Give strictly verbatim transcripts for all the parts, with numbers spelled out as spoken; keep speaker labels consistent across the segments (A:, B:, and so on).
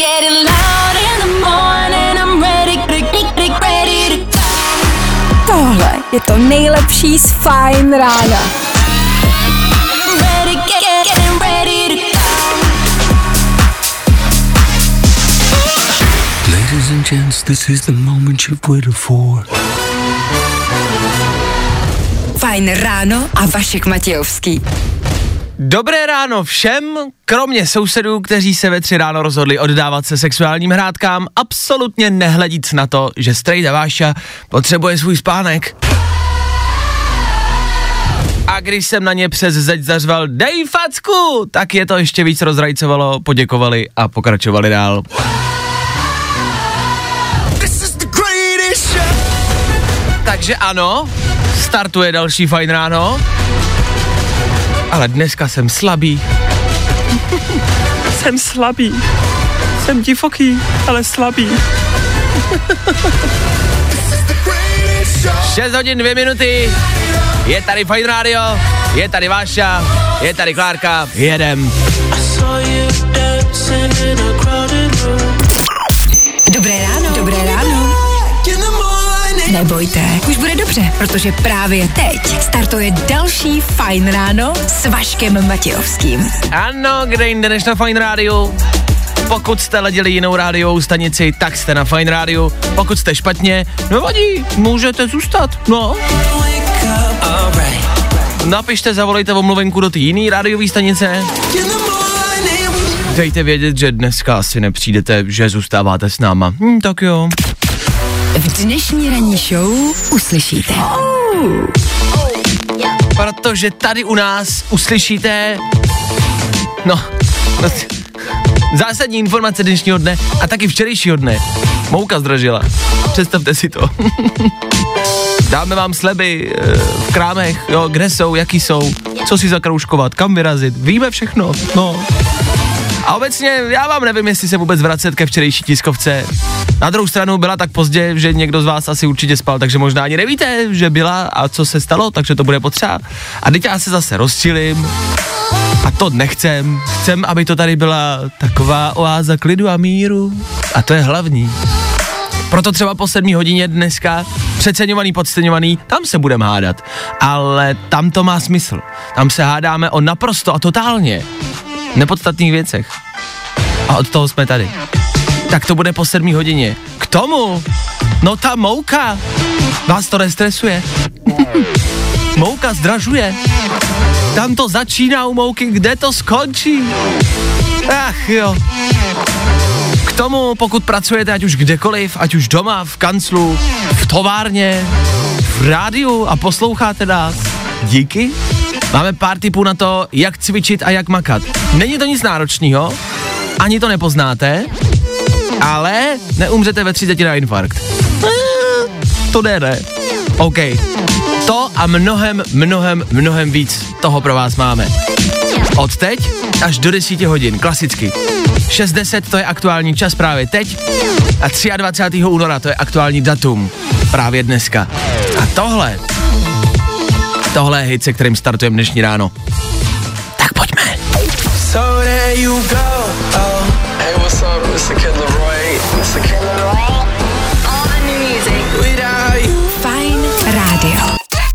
A: Tohle je to nejlepší z Fajn rána.
B: Ladies and gents, this is the moment you've waited for.
A: Fajn ráno a Vašek Matějovský.
C: Dobré ráno všem, kromě sousedů, kteří se ve tři ráno rozhodli oddávat se sexuálním hrádkám, absolutně nehledíc na to, že strejda Váša potřebuje svůj spánek. A když jsem na ně přes zeď zařval dej facku, tak je to ještě víc rozrajcovalo, poděkovali a pokračovali dál. Takže ano, startuje další Fajn ráno, ale dneska jsem slabý. Jsem slabý. Jsem divoký, ale slabý. šest hodin dvě minuty. Je tady Fajn rádio, je tady Váša, je tady Klárka, jedem.
A: Dobré ráno. Dobré ráno. Nebojte, už bude dobře, protože právě teď startuje další Fajn ráno s Vaškem Matějovským.
C: Ano, kde jinde než na Fajn rádiu. Pokud jste ladili jinou rádiovou stanici, tak jste na Fajn rádiu. Pokud jste špatně, no vadí, můžete zůstat, no. Napište, zavolejte omluvenku do té jiný rádiové stanice. Dejte vědět, že dneska asi nepřijdete, že zůstáváte s náma. Hm, tak jo.
A: V dnešní ranní show uslyšíte. Oh.
C: Protože tady u nás uslyšíte, no, no zásadní informace dnešního dne a taky včerejšího dne. Mouka zdražila. Představte si to. Dáme vám sleby e, v krámech, jo, kde jsou, jaký jsou, co si zakroužkovat, kam vyrazit, víme všechno, no. A obecně, já vám nevím, jestli se vůbec vracet ke včerejší tiskovce. Na druhou stranu byla tak pozdě, že někdo z vás asi určitě spal, takže možná ani nevíte, že byla a co se stalo, takže to bude potřeba. A teď já se zase rozčilím a to nechcem. Chcem, aby to tady byla taková oáza klidu a míru a to je hlavní. Proto třeba po sedmí hodině dneska, přeceňovaný, podceňovaný, tam se budeme hádat. Ale tam to má smysl. Tam se hádáme o naprosto a totálně nepodstatných věcech. A od toho jsme tady. Tak to bude po sedmí hodině. K tomu, no ta mouka, vás to nestresuje. Mouka zdražuje. Tam to začíná u mouky, kde to skončí. Ach jo. K tomu, pokud pracujete ať už kdekoliv, ať už doma, v kanclu, v továrně, v rádiu a posloucháte nás, díky. Máme pár tipů na to, jak cvičit a jak makat. Není to nic náročného, ani to nepoznáte, ale neumřete ve třiceti na infarkt. Eee, to jde, ne? OK. To a mnohem, mnohem, mnohem víc toho pro vás máme. Od teď až do deseti hodin, klasicky. šest deset to je aktuální čas právě teď a dvacátého třetího února to je aktuální datum právě dneska. A tohle, tohle je hit, se kterým startujeme dnešní ráno. Tak pojďme. So there you go. Oh. Hey, what's up, mister Kid Leroy? mister Kid Leroy?
A: All the new music. Without you. Fajn rádio.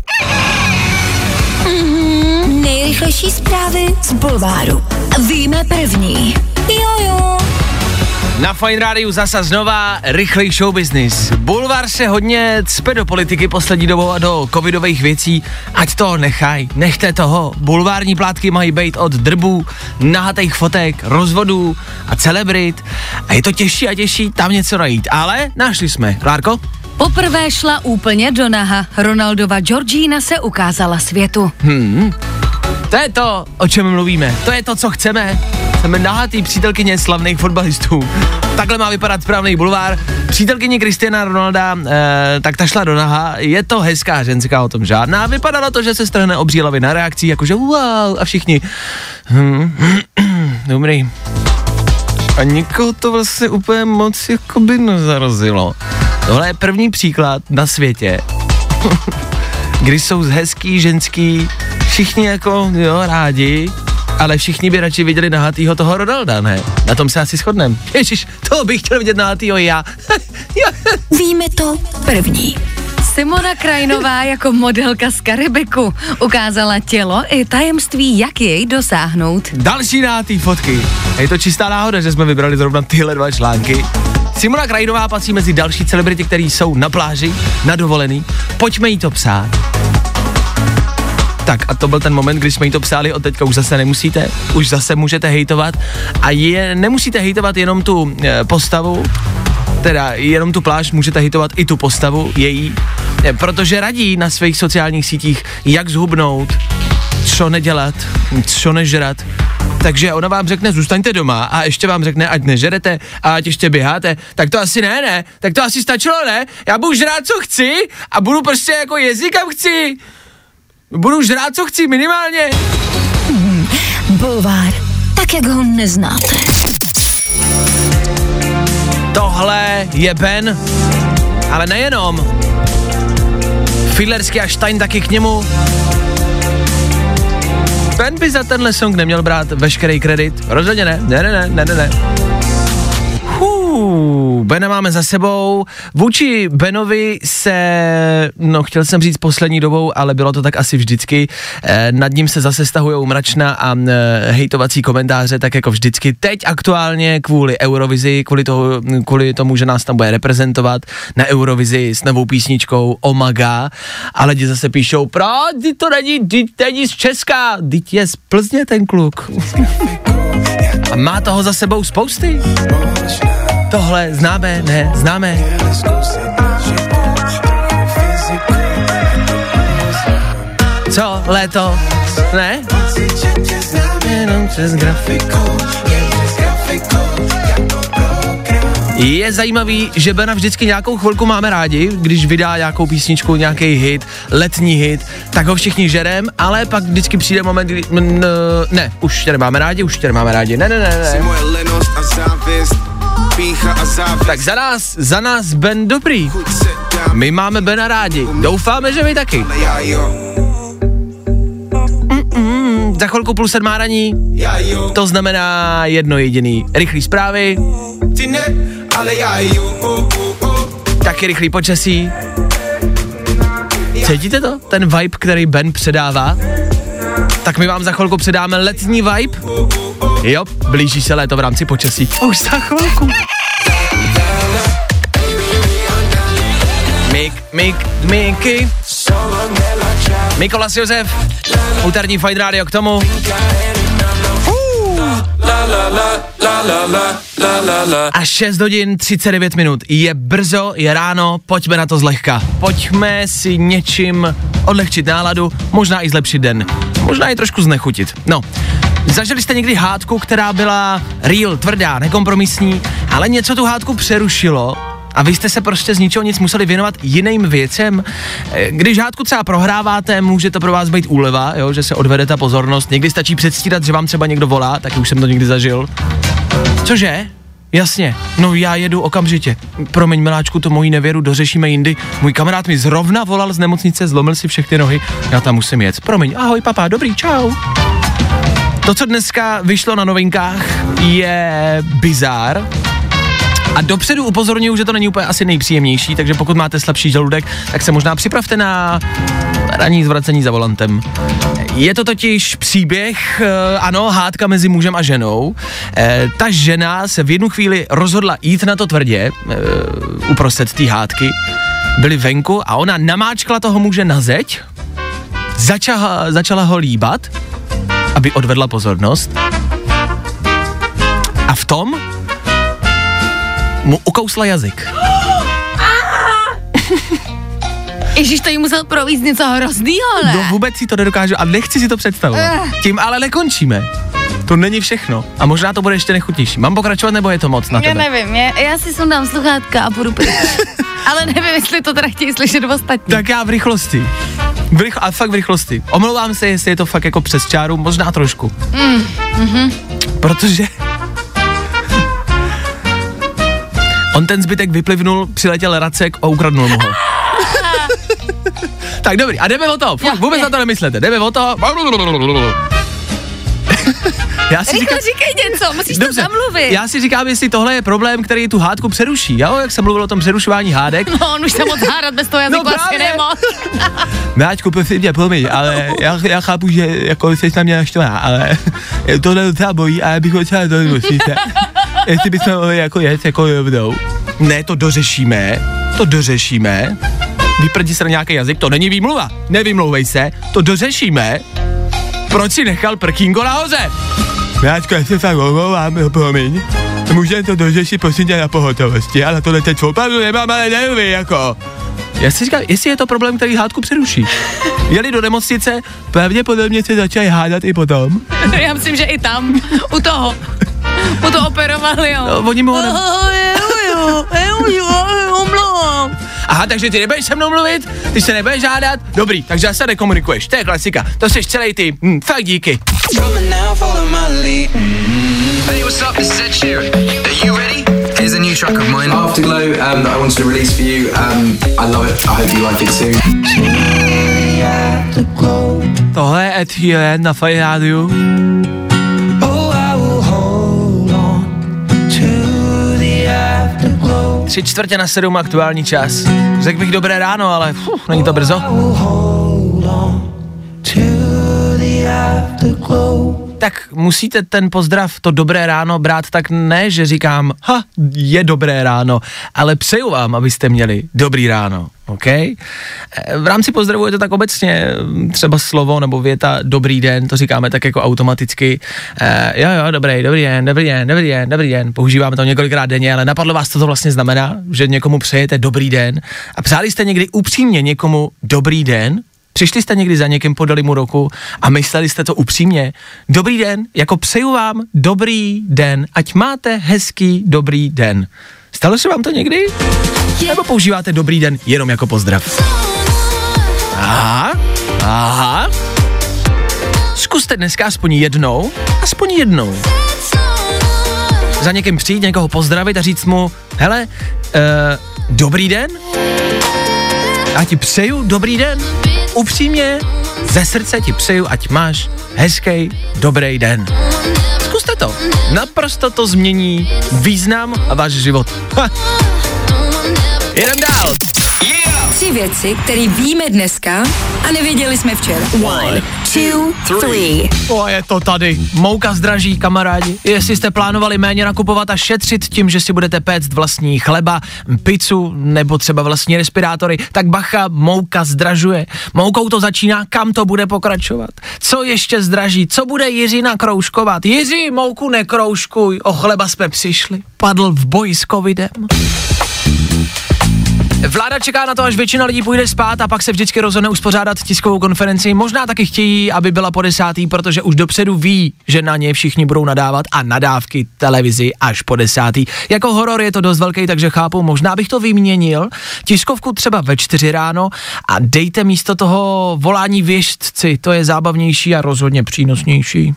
A: Mm-hmm. Nejrychlejší zprávy z bulváru. Víme první. Jojo.
C: Na Fajn rádiu zasa znova rychlej show business. Bulvár se hodně cpe do politiky poslední dobou a do covidových věcí, ať to nechaj, nechte toho. Bulvární plátky mají být od drbů, nahatých fotek, rozvodů a celebrit a je to těžší a těžší tam něco najít, ale našli jsme. Klárko?
D: Poprvé šla úplně do naha. Ronaldova Georgina se ukázala světu.
C: Hmm. To je to, o čem mluvíme. To je to, co chceme. Jsme nahatý přítelkyně slavných fotbalistů. Takhle má vypadat správný bulvár. Přítelkyně Cristiana Ronalda, eh, tak ta šla do naha. Je to hezká ženská, o tom žádná. Vypadalo to, že se strhne obří lavina reakcí, jakože wow, a všichni. Hmm. Dobrý. A nikoho to vlastně úplně moc jakoby nezarazilo. Tohle je první příklad na světě, kdy jsou hezký, ženský, všichni jako, jo, rádi ale všichni by radši viděli nahatýho toho Ronalda, ne? Na tom se asi shodneme. Ježiš, to bych chtěl vidět nahatýho i já.
A: Víme to první.
D: Simona Krajnová jako modelka z Karibiku ukázala tělo i tajemství, jak jej dosáhnout.
C: Další nahatý fotky. Je to čistá náhoda, že jsme vybrali zrovna tyhle dva články. Simona Krajnová patří mezi další celebrity, které jsou na pláži, na dovolený. Pojďme jí to psát. Tak a to byl ten moment, kdy jsme jí to psali, od teďka už zase nemusíte, už zase můžete hejtovat a je, nemusíte hejtovat jenom tu e, postavu, teda jenom tu pláž, můžete hejtovat i tu postavu její, e, protože radí na svých sociálních sítích, jak zhubnout, co nedělat, co nežrat. Takže ona vám řekne, zůstaňte doma a ještě vám řekne, ať nežerete a ať ještě běháte. Tak to asi ne, ne, tak to asi stačilo, ne? Já budu žrát, co chci a budu prostě jako jezdit, kam chci. Budu žrát, co chci, minimálně.
A: Hmm, bulvár, tak jak ho neznáte.
C: Tohle je Ben, ale nejenom. Fiedlerský a Stein taky k němu. Ben by za tenhle song neměl brát veškerý kredit. Rozhodně ne, ne, ne, ne, ne, ne. Hů, Bena máme za sebou. Vůči Benovi se, no chtěl jsem říct poslední dobou, ale bylo to tak asi vždycky. Eh, nad ním se zase stahujou mračna a eh, hejtovací komentáře, tak jako vždycky. Teď aktuálně kvůli Eurovizi, kvůli, toho, kvůli tomu, že nás tam bude reprezentovat na Eurovizi s novou písničkou Omaga. A lidi zase píšou, proč, ty to není, ty není z Česka, ty je z Plzně ten kluk. A má toho za sebou spousty. Tohle známe, ne, známe. Co, léto, ne? Jenom přes grafiku. Je zajímavý, že Bena vždycky nějakou chvilku máme rádi, když vydá nějakou písničku, nějaký hit, letní hit, tak ho všichni žerem, ale pak vždycky přijde moment, kdy, n, ne, už tě nemáme rádi, už tě nemáme rádi, ne, ne, ne, ne. Tak za nás, za nás Ben dobrý. My máme Bena rádi, doufáme, že vy taky. Mm-mm, za chvilku plus sedmá raní, to znamená jedno jediný. Rychlý zprávy, taky rychlý počasí. Cítíte to? Ten vibe, který Ben předává? Tak my vám za chvilku předáme letní vibe. Jo, blíží se léto v rámci počasí. Už za chvilku. Mik, Mik, Miky. Mikolas Josef. Úterní Fajn rádio k tomu. A šest hodin třicet devět minut. Je brzo, je ráno, pojďme na to zlehka. Pojďme si něčím odlehčit náladu, možná i zlepšit den. Možná i trošku znechutit. No, zažili jste někdy hádku, která byla real, tvrdá, nekompromisní, ale něco tu hádku přerušilo a vy jste se prostě z ničeho nic museli věnovat jiným věcem. Když hádku třeba prohráváte, může to pro vás být úleva, jo, že se odvede ta pozornost. Někdy stačí předstírat, že vám třeba někdo volá, taky už jsem to někdy zažil. Cože? Jasně, no já jedu okamžitě. Promiň miláčku, to moji nevěru dořešíme jindy. Můj kamarád mi zrovna volal z nemocnice, zlomil si všechny nohy, já tam musím jet. Promiň, ahoj papa, dobrý, čau. To, co dneska vyšlo na novinkách, je bizár. A dopředu upozorňuji, že to není úplně asi nejpříjemnější, takže pokud máte slabší žaludek, tak se možná připravte na ranní zvracení za volantem. Je to totiž příběh, ano, hádka mezi mužem a ženou. E, ta žena se v jednu chvíli rozhodla jít na to tvrdě, e, uprostřed té hádky. Byli venku a ona namáčkla toho muže na zeď, začala, začala ho líbat, aby odvedla pozornost. A v tom mu ukousla jazyk.
D: Ježíš, to jí musel províct něco hroznýho, ne?
C: No vůbec si to nedokážu a nechci si to představovat. Uh. Tím ale nekončíme. To není všechno. A možná to bude ještě nechutnější. Mám pokračovat, nebo je to moc na tebe?
D: Já nevím, já, já si sundám sluchátka a půjdu pryč. Ale nevím, jestli to teda chtějí slyšet ostatní.
C: Tak já v rychlosti. V rychl- a fakt v rychlosti. Omlouvám se, jestli je to fakt jako přes čáru, možná trošku.
D: Mm, mhm.
C: Protože on ten zbytek vyplivnul, přiletěl Racek a ukradnul mu ho. Tak dobrý, a jdeme o to, Fuk, vůbec na to nemyslete, jdeme o to. Já si
D: Rychle
C: říkám,
D: říkej něco, musíš
C: dobře,
D: to zamluvit.
C: já si říkám, jestli tohle je problém, který tu hádku přeruší. Jo, jak jsem mluvil o tom přerušování hádek.
D: No, on už se moc hádat bez toho jazyku
C: No
D: asi
C: právě.
D: nemoc.
C: Náčku, prosím tě, promiň, ale já, já chápu, že jako jsi na mě naštvaná, ale tohle docela bojí a já bych ho třeba to musíte. Jestli bychom mohli jako jet jako rovnou. Ne, to dořešíme, to dořešíme. Vyprdí se na nějaký jazyk, to není výmluva, nevymlouvej se, to dořešíme. Proč si nechal prkínko nahoře? Náčku, já se fakt omlouvám, promiň. Můžeme to dořešit, prosím tě, na pohotovosti, ale tohle teď opravdu nemám, ale nervy, jako. Já si říkám, jestli je to problém, který hádku přeruší. Jeli do nemocnice, pravděpodobně se začali hádat i potom.
D: Já myslím, že i tam, u toho. U toho operovali, jo.
C: No, oni mu ho ne... Aha, takže ty nebudeš se mnou mluvit, ty se nebudeš žádat, dobrý, takže zase nekomunikuješ, to je klasika, to jsi celý ty, hm, fakt díky.
E: Hey, what's up? This is Ed Sheeran. Are you ready? Here's a new track of mine.
F: Afterglow um, that I wanted to release for you. Um, I love it. I hope you like it too.
C: Tohle je Ed Sheeran na Fajn rádiu. Tři čtvrtě na sedm aktuální čas. Řekl bych dobré ráno, ale fuh, není to brzo. Tak musíte ten pozdrav, to dobré ráno brát tak ne, že říkám, ha, je dobré ráno, ale přeju vám, abyste měli dobrý ráno, OK? V rámci pozdravu je to tak obecně, třeba slovo nebo věta dobrý den, to říkáme tak jako automaticky. E, jo, jo, dobrý, dobrý den, dobrý den, dobrý den, dobrý den, používáme to několikrát denně, ale napadlo vás, co to vlastně znamená, že někomu přejete dobrý den a přáli jste někdy upřímně někomu dobrý den? Přišli jste někdy za někým, podali mu ruku a mysleli jste to upřímně? Dobrý den, jako přeju vám dobrý den, ať máte hezký dobrý den. Stalo se vám to někdy? Nebo používáte dobrý den jenom jako pozdrav? Aha, aha. Zkuste dneska aspoň jednou, aspoň jednou. Za někým přijít, někoho pozdravit a říct mu, hele, uh, dobrý den? A ti přeju dobrý den. Upřímně, ze srdce ti přeju, ať máš hezký, dobrý den. Zkuste to. Naprosto to změní význam a váš život. Ha. Jedem dál.
A: Tři věci, které víme dneska a nevěděli jsme včera. One, two, three.
C: O, je to tady. Mouka zdraží, kamarádi. Jestli jste plánovali méně nakupovat a šetřit tím, že si budete péct vlastní chleba, pizzu nebo třeba vlastní respirátory, tak bacha, mouka zdražuje. Moukou to začíná, kam to bude pokračovat. Co ještě zdraží? Co bude Jiří nakroužkovat? Jiří, mouku nekroužkuj, o chleba jsme přišli. Padl v boji s covidem. Vláda čeká na to, až většina lidí půjde spát a pak se vždycky rozhodne uspořádat tiskovou konferenci. Možná taky chtějí, aby byla po desátý, protože už dopředu ví, že na ně všichni budou nadávat a nadávky televizi až po desátý. Jako horor je to dost velký, takže chápu, možná bych to vyměnil. Tiskovku třeba ve čtyři ráno a dejte místo toho volání věštci, to je zábavnější a rozhodně přínosnější.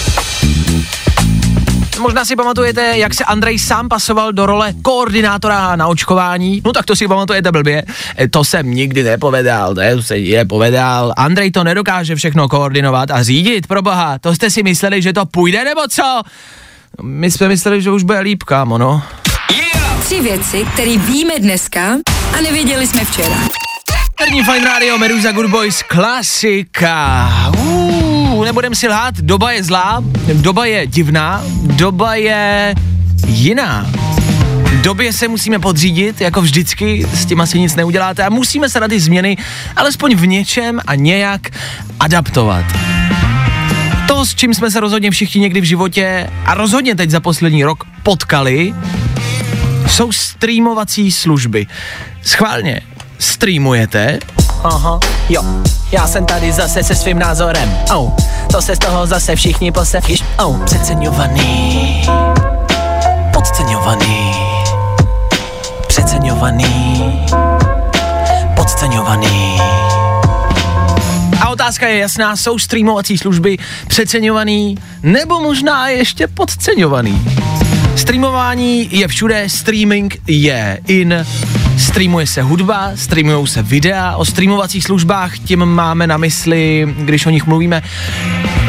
C: Možná si pamatujete, jak se Andrej sám pasoval do role koordinátora na očkování. No tak to si pamatujete blbě. E, to jsem nikdy nepovedal, to se nepovedal. Andrej to nedokáže všechno koordinovat a řídit, proboha. To jste si mysleli, že to půjde, nebo co? My jsme mysleli, že už bude líp, kámo, no.
A: Yeah! Tři věci, které víme dneska a nevěděli jsme včera.
C: První Fajn rádio, Meduza Good Boys, klasika. Uh, nebudem si lhát, doba je zlá, doba je divná, doba je jiná. Době se musíme podřídit, jako vždycky, s tím asi nic neuděláte a musíme se na ty změny alespoň v něčem a nějak adaptovat. To, s čím jsme se rozhodně všichni někdy v životě a rozhodně teď za poslední rok potkali, jsou streamovací služby. Schválně, streamujete? Aha, jo, já jsem tady zase se svým názorem. Oh, to se z toho zase všichni posefíš. Oh, přeceňovaný, podceňovaný, přeceňovaný, podceňovaný. A otázka je jasná, jsou streamovací služby přeceňovaný nebo možná ještě podceňovaný? Streamování je všude, streaming je in, streamuje se hudba, streamujou se videa, o streamovacích službách tím máme na mysli, když o nich mluvíme,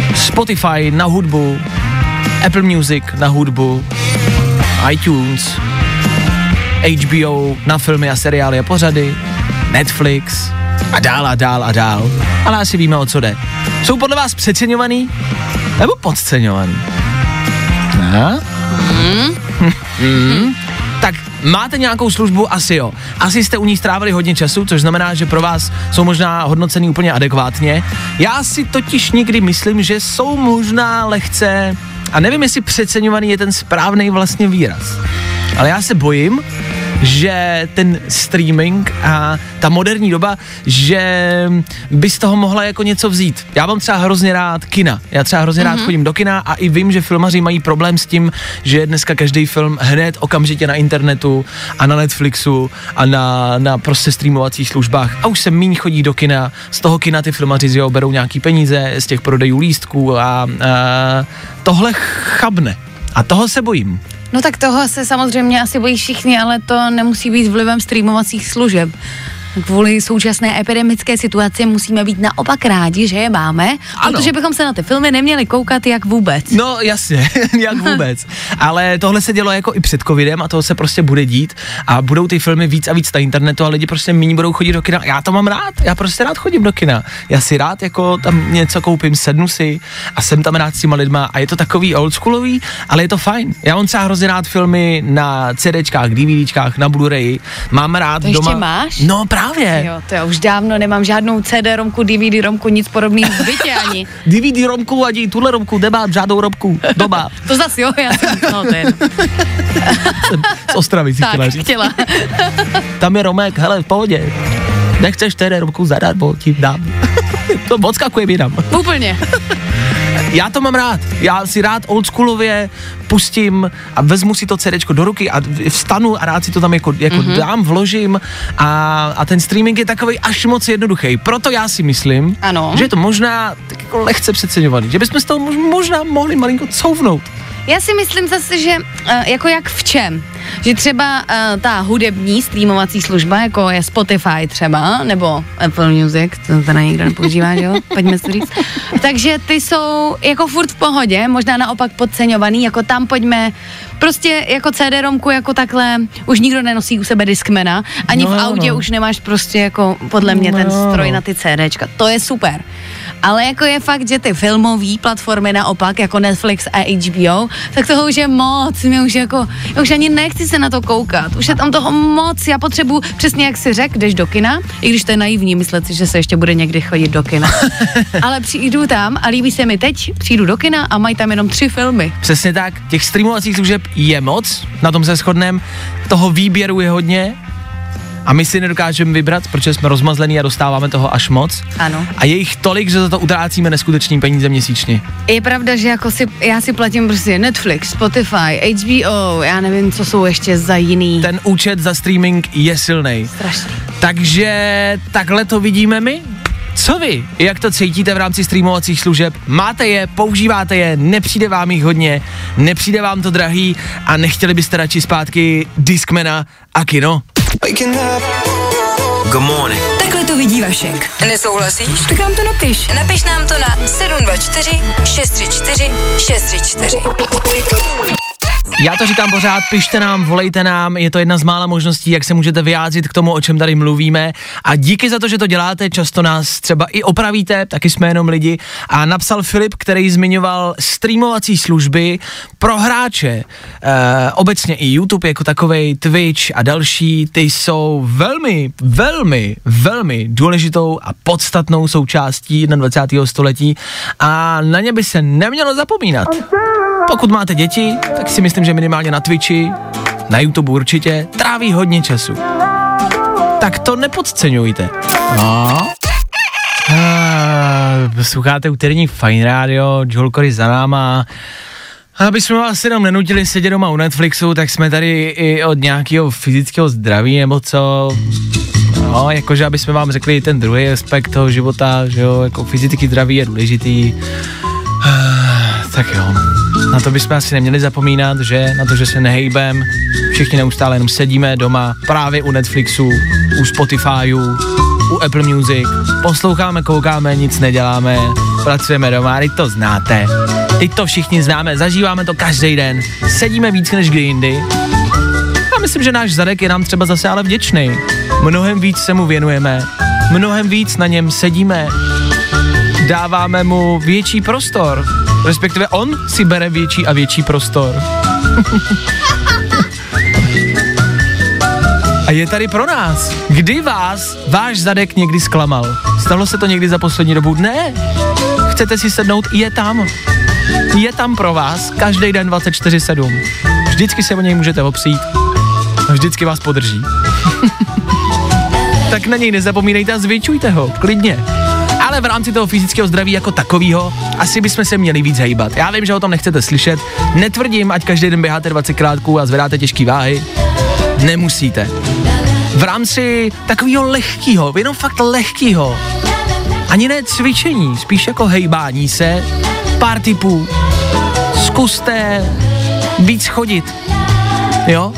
C: Spotify na hudbu, Apple Music na hudbu, iTunes, H B O na filmy a seriály a pořady, Netflix a dál a dál a dál. Ale asi víme, o co jde. Jsou podle vás přeceňovaný nebo podceňovaný? Aha. Mm. mm. Tak máte nějakou službu? Asi jo. Asi jste u ní strávili hodně času, což znamená, že pro vás jsou možná hodnocený úplně adekvátně. Já si totiž někdy myslím, že jsou možná lehce, a nevím, jestli přeceňovaný je ten správný vlastně výraz, ale já se bojím, že ten streaming a ta moderní doba, že by z toho mohla jako něco vzít. Já mám třeba hrozně rád kina. Já třeba hrozně mm-hmm. rád chodím do kina a i vím, že filmaři mají problém s tím, že je dneska každý film hned okamžitě na internetu a na Netflixu a na, na prostě streamovacích službách. A už se míň chodí do kina. Z toho kina ty filmaři z berou nějaký peníze z těch prodejů lístků a, a tohle chabne. A toho se bojím.
D: No tak toho se samozřejmě asi bojí všichni, ale to nemusí být vlivem streamovacích služeb. Kvůli současné epidemické situaci musíme být naopak rádi, že je máme, ano. Protože bychom se na ty filmy neměli koukat jak vůbec.
C: No jasně, jak vůbec. Ale tohle se dělo jako i před covidem a toho se prostě bude dít a budou ty filmy víc a víc na internetu a lidi prostě méně budou chodit do kina. Já to mám rád, já prostě rád chodím do kina. Já si rád jako tam něco koupím, sednu si a jsem tam rád s těma lidma a je to takový oldschoolový, ale je to fajn. Já mám třeba hrozně rád filmy na CDčkách, DVDčkách, na Blu-ray. Mám rád
D: to
C: doma.
D: Ještě máš?
C: No právě.
D: Jo, to já už dávno nemám žádnou C D romku, D V D romku, nic podobného v bytě ani.
C: D V D romku, ani tuhle romku, nemám žádnou romku doma.
D: To zas jo, já jsem, no to je.
C: Z Ostravy si
D: tak,
C: chtěla říct.
D: chtěla.
C: Tam je Romek, hele, v pohodě. Nechceš C D romku zadarmo, ti dám. To odskakuje mi dám.
D: Úplně.
C: Já to mám rád. Já si rád oldschoolově pustím a vezmu si to CDčko do ruky a vstanu a rád si to tam jako, jako mm-hmm. dám, vložím a, a ten streaming je takovej až moc jednoduchý. Proto já si myslím,
D: ano.
C: že je to možná tak jako lehce přeceňovaný, že bychom z toho možná mohli malinko couvnout.
D: Já si myslím zase, že uh, jako jak v čem, že třeba uh, ta hudební streamovací služba, jako je Spotify třeba, nebo Apple Music, to teda nikdo nepoužívá, že jo, pojďme si říct, takže ty jsou jako furt v pohodě, možná naopak podceňovaný, jako tam pojďme, prostě jako C D romku jako takhle, už nikdo nenosí u sebe Discmana, ani no, v autě no. už nemáš prostě jako podle mě no. ten stroj na ty CDčka, to je super. Ale jako je fakt, že ty filmové platformy naopak, jako Netflix a H B O, tak toho už je moc, mě už jako, já už ani nechci se na to koukat, už je tam toho moc, já potřebuji, přesně jak si řekl, jdeš do kina, i když to je naivní myslet si, že se ještě bude někdy chodit do kina. Ale přijdu tam a líbí se mi teď, přijdu do kina a mají tam jenom tři filmy.
C: Přesně tak, těch streamovacích služeb je moc, na tom se shodneme, toho výběru je hodně, a my si nedokážeme vybrat, protože jsme rozmazlení a dostáváme toho až moc.
D: Ano.
C: A je jich tolik, že za to utrácíme neskutečný peníze měsíčně.
D: Je pravda, že jako si, já si platím prostě Netflix, Spotify, H B O, já nevím, co jsou ještě za jiný.
C: Ten účet za streaming je silnej.
D: Strašný.
C: Takže takhle to vidíme my. Co vy? Jak to cítíte v rámci streamovacích služeb? Máte je, používáte je, nepřijde vám jich hodně, nepřijde vám to drahý a nechtěli byste radši zpátky Discmana a kino?
E: Good morning.
A: Takhle to vidí Vašek.
G: Nesouhlasíš?
A: Tak nám to napiš.
G: Napiš nám to na sedm dva čtyři šest tři čtyři šest tři čtyři.
C: Já to říkám pořád, pište nám, volejte nám, je to jedna z mála možností, jak se můžete vyjádřit k tomu, o čem tady mluvíme. A díky za to, že to děláte, často nás třeba i opravíte, taky jsme jenom lidi. A napsal Filip, který zmiňoval streamovací služby pro hráče. E, obecně i YouTube jako takovej, Twitch a další, ty jsou velmi, velmi, velmi důležitou a podstatnou součástí dvacátého prvního století a na ně by se nemělo zapomínat. Pokud máte děti, tak si myslím, že minimálně na Twitchi, na YouTube určitě, tráví hodně času. Tak to nepodceňujte. No. Posloucháte úterní Fajn rádio, Joel Corey za náma. Aby jsme vás jenom nenutili sedět doma u Netflixu, tak jsme tady i od nějakého fyzického zdraví, nebo co... No, jakože aby jsme vám řekli ten druhý aspekt toho života, že jo, jako fyzický zdraví je důležitý. Tak jo, na to bychom asi neměli zapomínat, že na to, že se nehejbem, všichni neustále jenom sedíme doma právě u Netflixu, u Spotifyu u Apple Music, posloucháme, koukáme, nic neděláme, pracujeme doma, teď to znáte. Teď to všichni známe, zažíváme to každý den, sedíme víc než kdy jindy. A myslím, že náš zadek je nám třeba zase ale vděčný. Mnohem víc se mu věnujeme, mnohem víc na něm sedíme, dáváme mu větší prostor, respektive on si bere větší a větší prostor. A je tady pro nás. Kdy vás váš zadek někdy zklamal? Stalo se to někdy za poslední dobu? Ne. Chcete si sednout? Je tam. Je tam pro vás každý den dvacet čtyři sedm. Vždycky se o něj můžete opřít. A vždycky vás podrží. Tak na něj nezapomínejte a zvětšujte ho. Klidně. Ale v rámci toho fyzického zdraví jako takového asi bychom se měli víc hejbat. Já vím, že o tom nechcete slyšet. Netvrdím, ať každý den běháte dvacetkrát a zvedáte těžký váhy. Nemusíte. V rámci takového lehkýho, jenom fakt lehkýho, ani ne cvičení, spíš jako hejbání se, pár tipů, zkuste víc chodit, jo?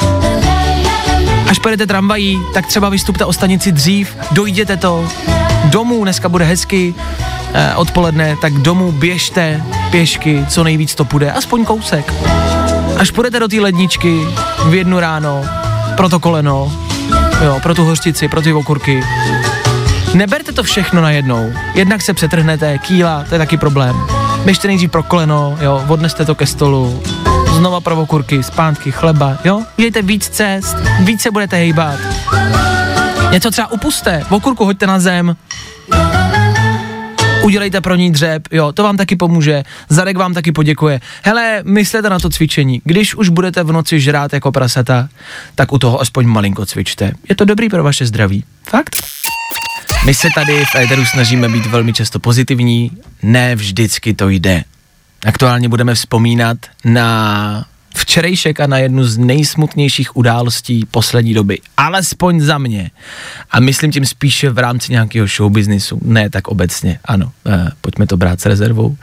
C: Až pojedete tramvají, tak třeba vystupte o stanici dřív, dojděte to, domů, dneska bude hezky, eh, odpoledne, tak domů běžte pěšky, co nejvíc to půjde, aspoň kousek. Až půjdete do té ledničky v jednu ráno, pro to koleno, jo, pro tu hořčici, pro ty okurky. Neberte to všechno najednou, jednak se přetrhnete, kýla, to je taky problém. Běžte nejdřív pro koleno, jo, odneste to ke stolu, znova pro okurky, zpátky, chleba, jo. Dějte víc cest, víc se budete hejbat. Něco třeba upuste, okurku hoďte na zem, udělejte pro ní dřep, jo, to vám taky pomůže, zadek vám taky poděkuje. Hele, myslete na to cvičení, když už budete v noci žrát jako prasata, tak u toho aspoň malinko cvičte. Je to dobrý pro vaše zdraví, fakt. My se tady v éteru snažíme být velmi často pozitivní, ne vždycky to jde. Aktuálně budeme vzpomínat na včerejšek a na jednu z nejsmutnějších událostí poslední doby. Alespoň za mě. A myslím tím spíše v rámci nějakého showbiznisu. Ne tak obecně, ano. Eh, pojďme to brát s rezervou.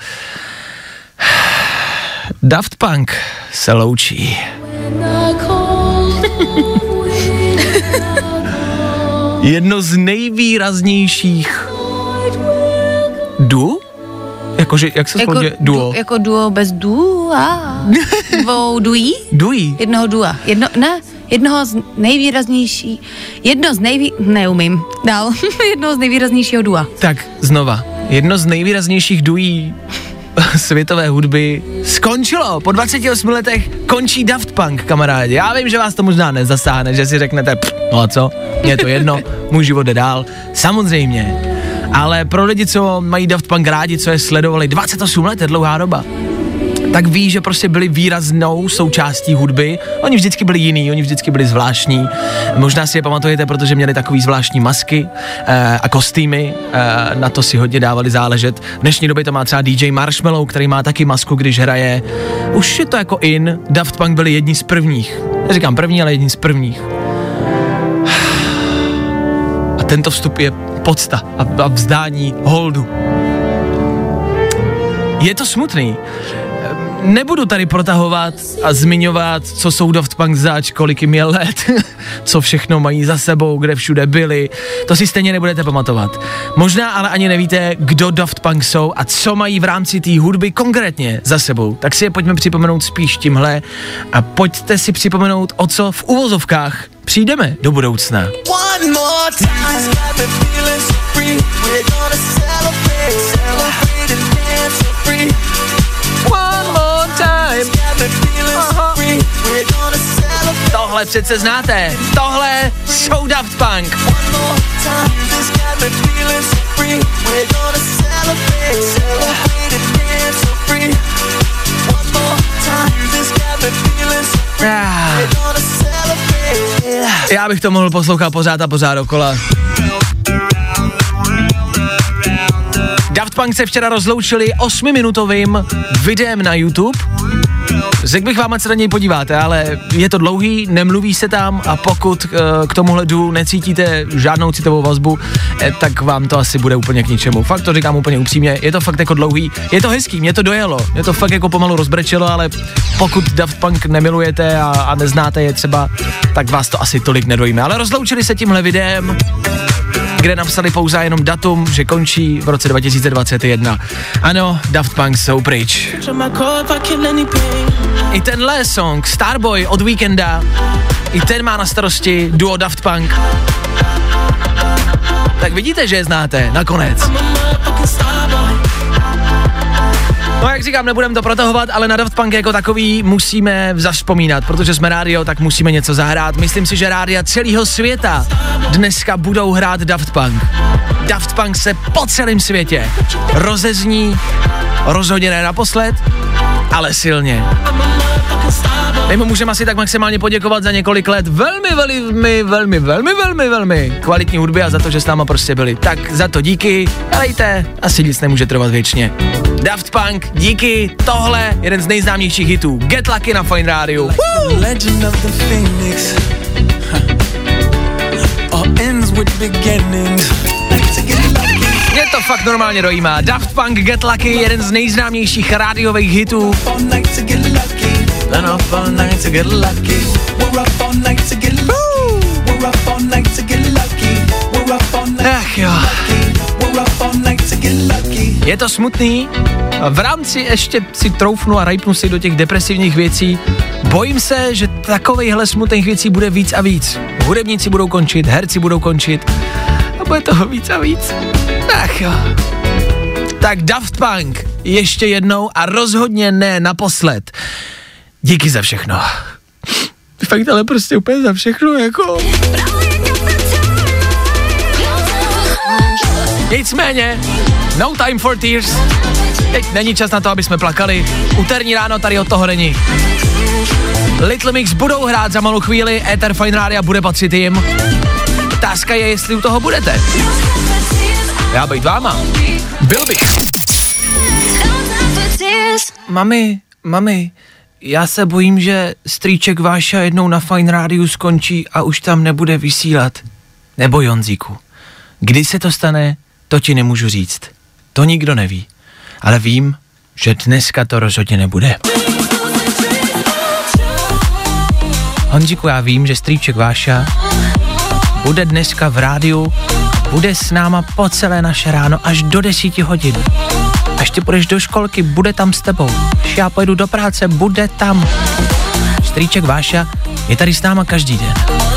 C: Daft Punk se loučí. Jedno z nejvýraznějších du? Jakože, jak se skloňuje?
D: Jako,
C: duo.
D: Du, jako duo bez dua. Dvou duí?
C: Duí.
D: Jednoho dua. Jedno, ne, jednoho z nejvýraznější, jedno z nejvý, neumím, dál, jednoho z nejvýraznějšího dua.
C: Tak, znova. Jedno z nejvýraznějších duí světové hudby skončilo. Po dvaceti osmi letech končí Daft Punk, kamarádi. Já vím, že vás to možná nezasáhne, že si řeknete, no a co, mě je to jedno, můj život jde dál. Samozřejmě. Ale pro lidi, co mají Daft Punk rádi, co je sledovali dvacet osm let, je dlouhá doba, tak ví, že prostě byli výraznou součástí hudby. Oni vždycky byli jiný, oni vždycky byli zvláštní. Možná si je pamatujete, protože měli takový zvláštní masky eh, a kostýmy, eh, na to si hodně dávali záležet. V dnešní době to má třeba D J Marshmello, který má taky masku, když hraje. Už je to jako in, Daft Punk byli jedni z prvních. Neříkám první, ale jedni z prvních. A tento vstup je podsta a, a vzdání holdu. Je to smutný. Nebudu tady protahovat a zmiňovat, co jsou Daft Punk zač, kolik jim je let, co všechno mají za sebou, kde všude byli. To si stejně nebudete pamatovat. Možná ale ani nevíte, kdo Daft Punk jsou a co mají v rámci té hudby konkrétně za sebou. Tak si je pojďme připomenout spíš tímhle a pojďte si připomenout, o co v uvozovkách přijdeme do budoucna. Tohle přece znáte, tohle jsou Daft Punk. Já bych to mohl poslouchat pořád a pořád dokola. Daft Punk se včera rozloučili osmiminutovým videem na YouTube. Řekl bych vám, ať se na něj podíváte, ale je to dlouhý, nemluví se tam a pokud k tomuhle jdu necítíte žádnou citovou vazbu, tak vám to asi bude úplně k ničemu. Fakt to říkám úplně upřímně, je to fakt jako dlouhý, je to hezký, mě to dojelo, mě to fakt jako pomalu rozbrečelo, ale pokud Daft Punk nemilujete a, a neznáte je třeba, tak vás to asi tolik nedojíme. Ale rozloučili se tímhle videem kde napsali pouze jenom datum, že končí v roce dva tisíce dvacet jedna. Ano, Daft Punk jsou pryč. I tenhle song Starboy od Weekenda, i ten má na starosti duo Daft Punk. Tak vidíte, že je znáte, nakonec. No jak říkám, nebudeme to protahovat, ale na Daft Punk jako takový musíme zavzpomínat, protože jsme rádio, tak musíme něco zahrát. Myslím si, že rádia celého světa dneska budou hrát Daft Punk. Daft Punk se po celém světě rozezní, rozhodně ne naposled, ale silně. My mu můžeme asi tak maximálně poděkovat za několik let velmi, velmi, velmi, velmi, velmi, velmi kvalitní hudby a za to, že s náma prostě byli. Tak za to díky, helejte, asi nic nemůže trvat věčně. Daft Punk, díky, tohle jeden z nejznámějších hitů. Get Lucky na Fajn rádiu. Mě to fakt normálně dojímá. Daft Punk, Get Lucky, jeden z nejznámějších rádiových hitů. Ach jo. Je to smutný. V rámci ještě si troufnu a rajpnu si do těch depresivních věcí. Bojím se, že takovejhle smutných věcí bude víc a víc. Hudebníci budou končit, herci budou končit a bude toho víc a víc. Ach jo. Tak Daft Punk ještě jednou a rozhodně ne naposled. Díky za všechno. Fakt ale prostě úplně za všechno, jako... Nicméně, no time for tears. Teď není čas na to, aby jsme plakali. Úterní ráno tady od toho není. Little Mix budou hrát za malou chvíli, Éter Fajn rádia bude patřit jim. Otázka je, jestli u toho budete. Já být váma. Byl bych. Mami, mami, já se bojím, že strýček Váša jednou na Fajn rádiu skončí a už tam nebude vysílat. Neboj, Honzíku. Kdy se to stane, to ti nemůžu říct. To nikdo neví. Ale vím, že dneska to rozhodně nebude. Honzíku, já vím, že strýček Váša bude dneska v rádiu, bude s náma po celé naše ráno až do desíti hodin. Až ty půjdeš do školky, bude tam s tebou. Až já pojedu do práce, bude tam. Strýček Váša je tady s náma každý den.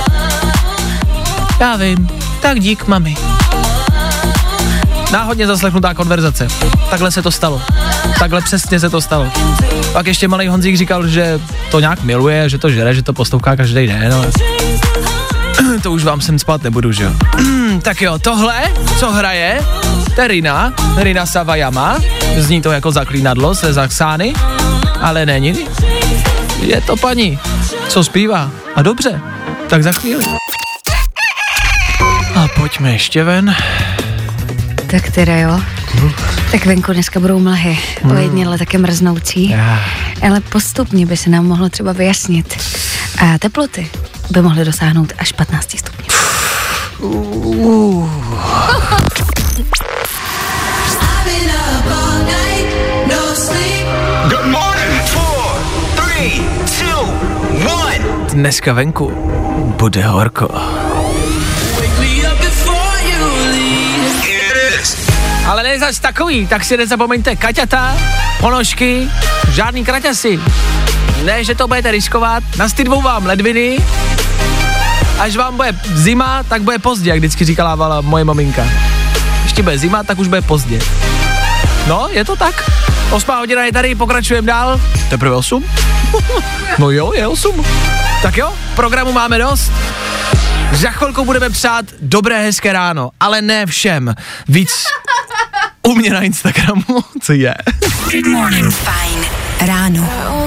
C: Já vím, tak dík, mami. Náhodně zaslechnutá konverzace. Takhle se to stalo. Takhle přesně se to stalo. Pak ještě malej Honzík říkal, že to nějak miluje, že to žere, že to poslouchá každý den. No. To už vám sem spát nebudu, že jo. Tak jo, tohle, co hraje, to je Rina, Rina Savajama. Zní to jako zaklínadlo ze Zaxány, ale není. Je to paní, co zpívá. A dobře, tak za chvíli. A pojďme ještě ven.
D: Tak teda jo. Hmm. Tak venku dneska budou mlhy, hmm. ojedněle také mrznoucí, yeah. Ale postupně by se nám mohlo třeba vyjasnit. A teploty by mohly dosáhnout až patnáct stupňů. Uh.
E: Good morning. Four, three, two, one.
C: Dneska venku bude horko. Ale ne zas takový, tak si nezapomeňte kaťata, ponožky, žádný kraťasy. Ne, že to budete riskovat, nastydvou vám ledviny, až vám bude zima, tak bude pozdě, jak vždycky říkala moje maminka. Ještě bude zima, tak už bude pozdě. No, je to tak. Osmá hodina je tady, pokračujeme dál. Teprve osm? No jo, je osm. Tak jo, programu máme dost. Za chvilku budeme psát dobré, hezké ráno, ale ne všem. Víc u mě na Instagramu, co je.
A: Good morning, Fajn ráno.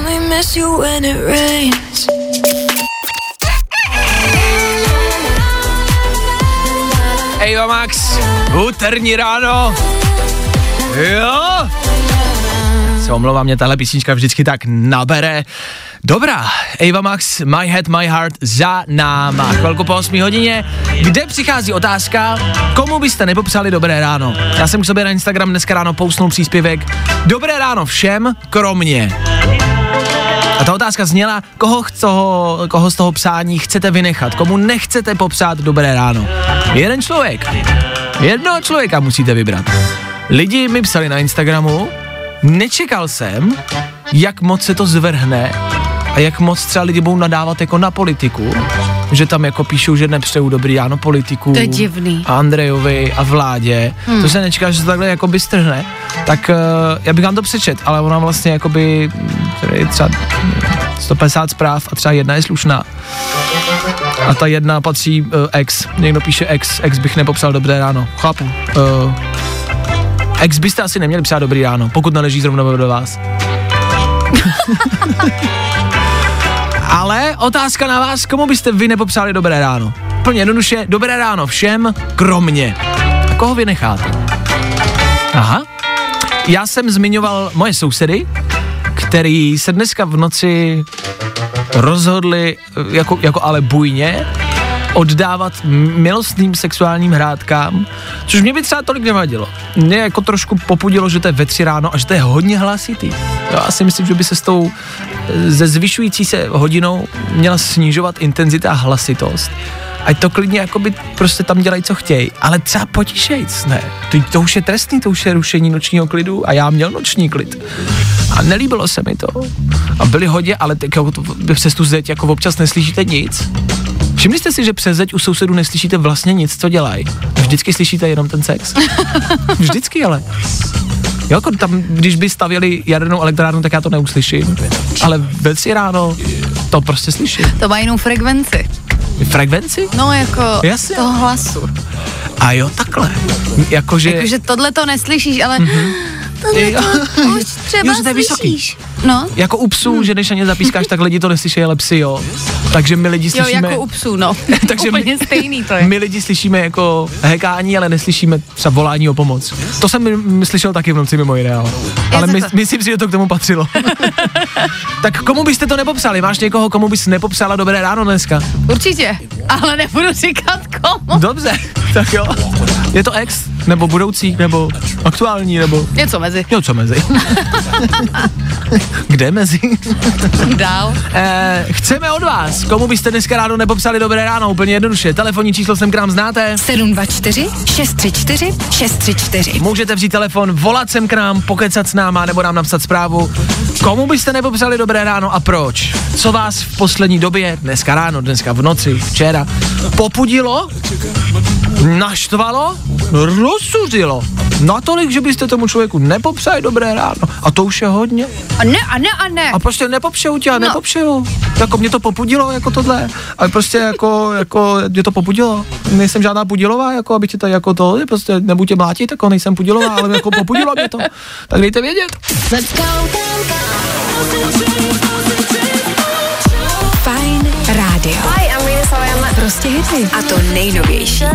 C: Eva Max, úterní ráno. Jo. Se omlouvám, mě tahle písnička vždycky tak nabere. Dobrá, Eva Max, My Head, My Heart za náma. Chvilku po osmé hodině, kde přichází otázka, komu byste nepopřáli dobré ráno. Já jsem k sobě na Instagram dneska ráno postnul příspěvek. Dobré ráno všem, kromě. A ta otázka zněla, koho, chco, koho z toho přání chcete vynechat, komu nechcete popřát dobré ráno. Jeden člověk. Jednoho člověka musíte vybrat. Lidi mi psali na Instagramu, nečekal jsem, jak moc se to zvrhne a jak moc třeba lidi budou nadávat jako na politiku, že tam jako píšou, že nepřejou dobrý ráno politiku.
D: To je divný.
C: A Andrejovi a vládě. Hmm. To se nečeká, že se takhle jakoby strhne. Tak uh, já bych vám to přečet, ale ona vlastně jakoby třeba sto padesát zpráv a třeba jedna je slušná. A ta jedna patří uh, ex. Někdo píše ex, ex bych nepopsal dobré ráno. Chápu. Uh, ex byste asi neměli psát dobrý ráno, pokud naleží zrovna do vás. Ale otázka na vás, komu byste vy nepopřáli dobré ráno? Plně jednoduše, dobré ráno všem, kromě. A koho vy necháte? Aha. Já jsem zmiňoval moje sousedy, který se dneska v noci rozhodli, jako, jako ale bujně, oddávat milostným sexuálním hrádkám, což mě by třeba tolik nevadilo. Mě jako trošku popudilo, že to je ve tři ráno a že to je hodně hlasitý. Já si myslím, že by se s tou ze zvyšující se hodinou měla snižovat intenzita a hlasitost. Ať to klidně jakoby prostě tam dělají, co chtějí, ale třeba potišejc, ne. To, to už je trestný, to už je rušení nočního klidu a já měl noční klid. A nelíbilo se mi to. A byli hodně, ale tak, jako to, přes tu zeď jako občas neslyšíte nic. Všimli jste si, že přes zeď u sousedů neslyšíte vlastně nic, co dělají. Vždycky slyšíte jenom ten sex. Vždycky, ale. Jo, jako tam, když by stavěli jadernou elektrárnu, tak já to neuslyším. Ale ve tři ráno to prostě slyším.
D: To má jinou frekvenci.
C: Frekvenci?
D: No, jako
C: Jasně.
D: toho hlasu.
C: A jo, takhle. Jakože...
D: Jakože tohle to neslyšíš, ale... Mm-hmm. Tohle to už třeba
C: jo, to
D: slyšíš. No.
C: Jako u psů, hmm. že než na ně zapískáš, tak lidi to neslyší, ale psy, jo. Takže my lidi slyšíme...
D: Jo, jako u psů, no.
C: Takže
D: úplně
C: my,
D: stejný to je.
C: My lidi slyšíme jako hekání, ale neslyšíme třeba volání o pomoc. To jsem m- slyšel taky v noci mimo jiné, ale, ale my, myslím si, že to k tomu patřilo. Tak komu byste to nepopsali? Máš někoho, komu bys nepopsala dobré ráno dneska?
D: Určitě, ale nebudu říkat komu.
C: Dobře, tak jo. Je to ex, nebo budoucí, nebo aktuální, nebo...
D: Něco mezi.
C: Něco mezi. Kde mezi?
D: Dál.
C: Eh, chceme od vás, komu byste dneska ráno nepopsali dobré ráno, úplně jednoduše. Telefonní číslo sem k nám znáte.
A: sedm dva čtyři šest tři čtyři šest tři čtyři.
C: Můžete vzít telefon, volat sem k nám, pokecat s náma, nebo nám napsat zprávu. Komu byste nepopsali dobré ráno a proč? Co vás v poslední době, dneska ráno, dneska v noci, včera, popudilo, naštvalo, rozsuřilo. Natolik, že byste tomu člověku nepopsali dobré ráno. A to už je hodně.
D: A ne, a ne, a ne.
C: A prostě nepopšiju tě, a
D: no.
C: nepopšiju. Jako mě to popudilo, jako tohle. A prostě jako, jako mě to popudilo. Nejsem žádná pudilová, jako aby tě to jako to, prostě nebuď tě mlátit, jako nejsem pudilová, ale jako popudilo mě to. Tak dejte vědět.
A: Fajn rádio.
G: Hi, I'm Rina Sawayama.
A: Prostě hity.
G: A to nejnovější.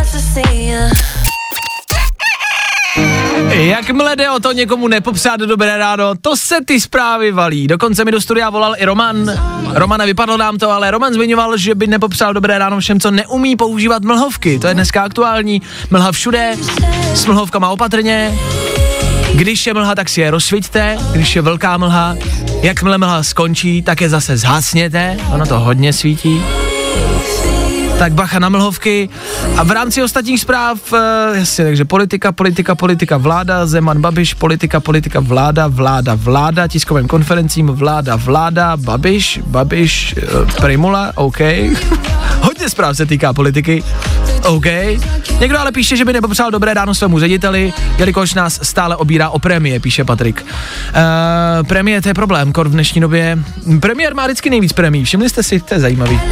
C: Jakmile jde o to někomu nepopsat dobré ráno, to se ty zprávy valí. Dokonce mi do studia volal i Roman. Romana, vypadlo nám to, ale Roman zmiňoval, že by nepopsal dobré ráno všem, co neumí používat mlhovky. To je dneska aktuální. Mlha všude, s mlhovkama opatrně. Když je mlha, tak si je rozsvíťte. Když je velká mlha, jakmile mlha skončí, tak je zase zhasněte. Ono to hodně svítí. Tak bacha na mlhovky. A v rámci ostatních zpráv, uh, jasně, takže politika, politika, politika, vláda, Zeman, Babiš, politika, politika, vláda, vláda, vláda, tiskovým konferencím, vláda, vláda, Babiš, Babiš, uh, Primula, OK. Hodně zpráv se týká politiky, OK. Někdo ale píše, že by nepopřál dobré ráno svému řediteli, jelikož nás stále obírá o prémie, píše Patrik. Uh, prémie, to je problém, kor v dnešní době. Premiér má vždycky nejvíc prémií, všimli jste si, to je zajímavý.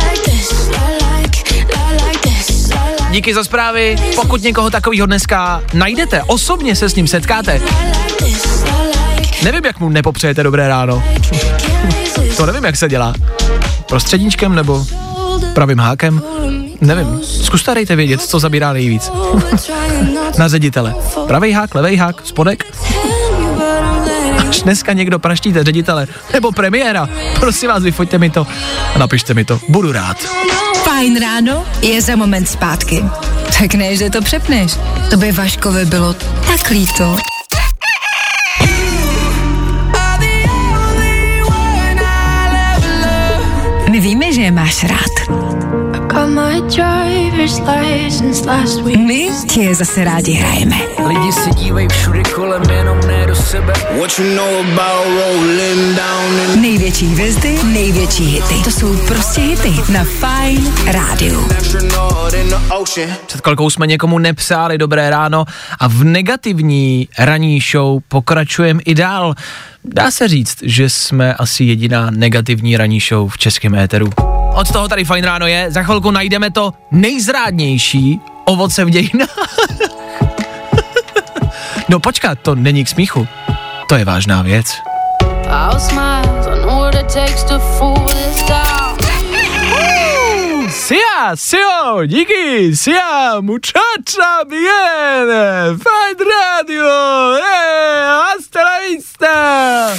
C: Díky za zprávy, pokud někoho takovýho dneska najdete, osobně se s ním setkáte. Nevím, jak mu nepopřejete dobré ráno. To nevím, jak se dělá. Prostředníčkem nebo pravým hákem? Nevím. Zkuste dejte vědět, co zabírá nejvíc. Na ředitele. Pravý hák, levej hák, spodek. Až dneska někdo praštíte ředitele nebo premiéra, prosím vás, vyfoťte mi to a napište mi to. Budu rád.
A: Fajn ráno je za moment zpátky. Tak ne, že to přepneš. To by Vaškovi bylo tak líto. My víme, že je máš rád. My ti je zase rádi hrajeme.
B: Lidi se dívají všude kolem, jenom ne do sebe. What you know about rolling down in...
A: Největší hvězdy, největší hity. To jsou prostě hity na Fajn rádiu.
C: Před kolkou jsme někomu nepsali dobré ráno a v negativní ranní show pokračujeme i dál. Dá se říct, že jsme asi jediná negativní ranní show v českém éteru. Od toho tady Fajn ráno je, za chvilku najdeme to nejzrádnější ovoce v dějinách. No počkat, to není k smíchu, to je vážná věc. Sia, Sio, díky, Sia, muchacha, bien, Fajn rádio, eh, hasta la vista.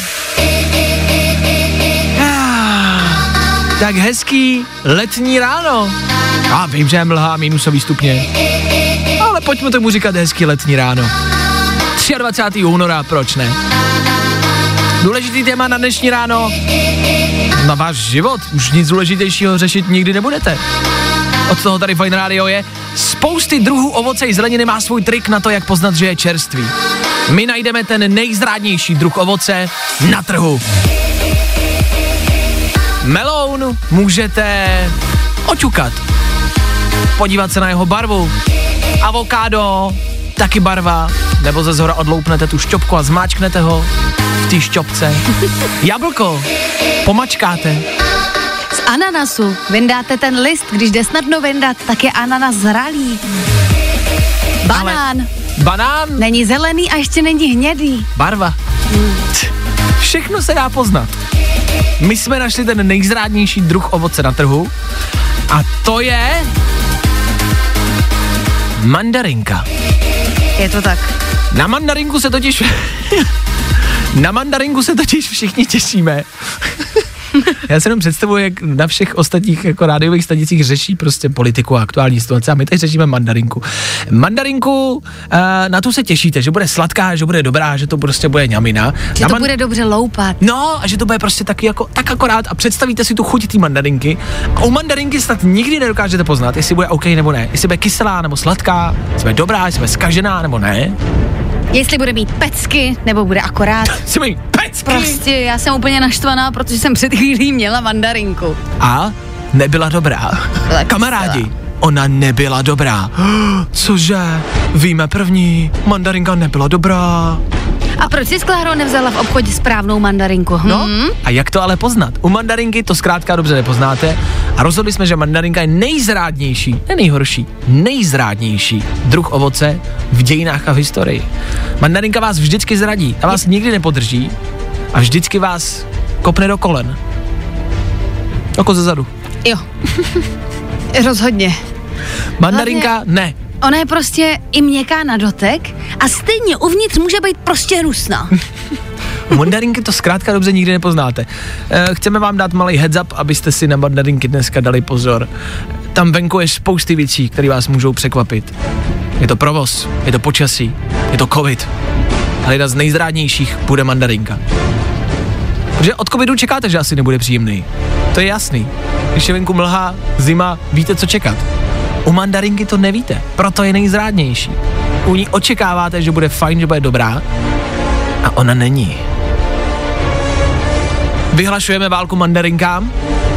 C: Tak hezký letní ráno. A vím, že je mlha, minusový stupně. Ale pojďme tomu říkat hezký letní ráno. dvacátého třetího února, proč ne? Důležitý téma na dnešní ráno. Na váš život. Už nic důležitějšího řešit nikdy nebudete. Od toho tady Fajn rádio je. Spousty druhů ovoce i zeleniny má svůj trik na to, jak poznat, že je čerstvý. My najdeme ten nejzrádnější druh ovoce na trhu. Meloun můžete oťukat, podívat se na jeho barvu. Avokádo, taky barva, nebo ze zhora odloupnete tu šťopku a zmáčknete ho v té šťopce. Jablko, pomačkáte.
D: Z ananasu vyndáte ten list, když jde snadno vyndat, tak je ananas zralý. Banán.
C: Ale banán.
D: Není zelený a ještě není hnědý.
C: Barva. Hmm. Všechno se dá poznat. My jsme našli ten nejzrádnější druh ovoce na trhu a to je mandarinka.
D: Je to tak.
C: Na mandarinku se totiž na mandarinku se totiž všichni těšíme. Já si jenom představuji, jak na všech ostatních jako rádiových stanicích řeší prostě politiku a aktuální situace a my teď řešíme mandarinku. Mandarinku, uh, na tu se těšíte, že bude sladká, že bude dobrá, že to prostě bude ňamina.
D: Že
C: na
D: to
C: man...
D: bude dobře loupat.
C: No, a že to bude prostě taky jako, tak akorát a představíte si tu chuť té mandarinky. A u mandarinky snad nikdy nedokážete poznat, jestli bude OK nebo ne. Jestli bude kyselá nebo sladká, jestli bude dobrá, jestli bude zkažená nebo ne.
D: Jestli bude mít pecky, nebo bude akorát.
C: Jestli bude mít pecky.
D: Prostě já jsem úplně naštvaná, protože jsem před chvílí měla mandarinku.
C: A nebyla dobrá.
D: Byla
C: Kamarádi,
D: kyselá.
C: Ona nebyla dobrá. Cože? Víme první, mandarinka nebyla dobrá.
D: A proč si s Klárou nevzala v obchodě správnou mandarinku? Hm?
C: No, a jak to ale poznat? U mandarinky to zkrátka dobře nepoznáte a rozhodli jsme, že mandarinka je nejzrádnější, ne nejhorší, nejzrádnější druh ovoce v dějinách a v historii. Mandarinka vás vždycky zradí a vás nikdy nepodrží a vždycky vás kopne do kolen. Jako zezadu.
D: Jo. Rozhodně.
C: Mandarinka
D: Hlavně...
C: ne.
D: Ona je prostě i měkká na dotek a stejně uvnitř může být prostě hnusná.
C: U mandarinky to zkrátka dobře nikdy nepoznáte. E, chceme vám dát malý heads up, abyste si na mandarinky dneska dali pozor. Tam venku je spousty věcí, které vás můžou překvapit. Je to provoz, je to počasí, je to covid. Ale jedna z nejzrádnějších bude mandarinka. Protože od covidu čekáte, že asi nebude příjemný. To je jasný. Když je venku mlha, zima, víte, co čekat. U mandarinky to nevíte, proto je nejzrádnější. U ní očekáváte, že bude fajn, že bude dobrá a ona není. Vyhlašujeme válku mandarinkám.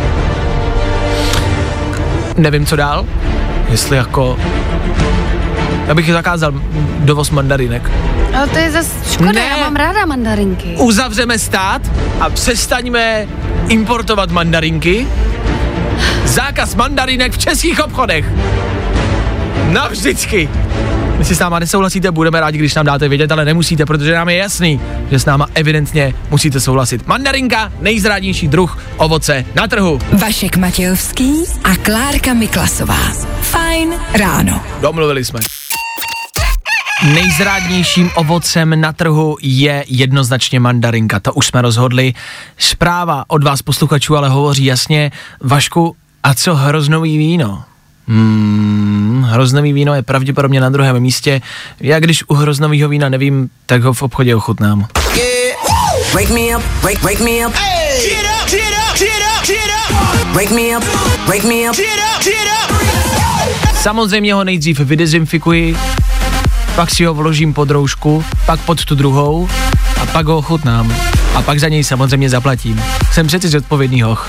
C: Nevím, co dál. Jestli jako... Já bych zakázal dovoz mandarinek.
D: Ale to je zase škoda,
C: Ne.
D: já mám ráda mandarinky.
C: Uzavřeme stát a přestaňme importovat mandarinky. Zákaz mandarinek v českých obchodech. Navždycky. Jestli s náma nesouhlasíte, budeme rádi, když nám dáte vědět, ale nemusíte, protože nám je jasný, že s náma evidentně musíte souhlasit. Mandarinka, nejzrádnější druh ovoce na trhu.
A: Vašek Matějovský a Klárka Miklasová. Fajn ráno.
C: Domluvili jsme. Nejzrádnějším ovocem na trhu je jednoznačně mandarinka, to už jsme rozhodli. Zpráva od vás posluchačů ale hovoří jasně. Vašku, a co hroznový víno? Hmm, hroznový víno je pravděpodobně na druhém místě. Já když u hroznovýho vína nevím, tak ho v obchodě ochutnám.
B: Wake me up, wake, wake me up. Hey. Get up, get up, get up, get up. Wake me up, wake me up.
C: Samozřejmě ho nejdřív vydezinfikuji, pak si ho vložím pod roušku, pak pod tu druhou a pak ho ochutnám. A pak za něj samozřejmě zaplatím. Jsem přeci zodpovědný hoch.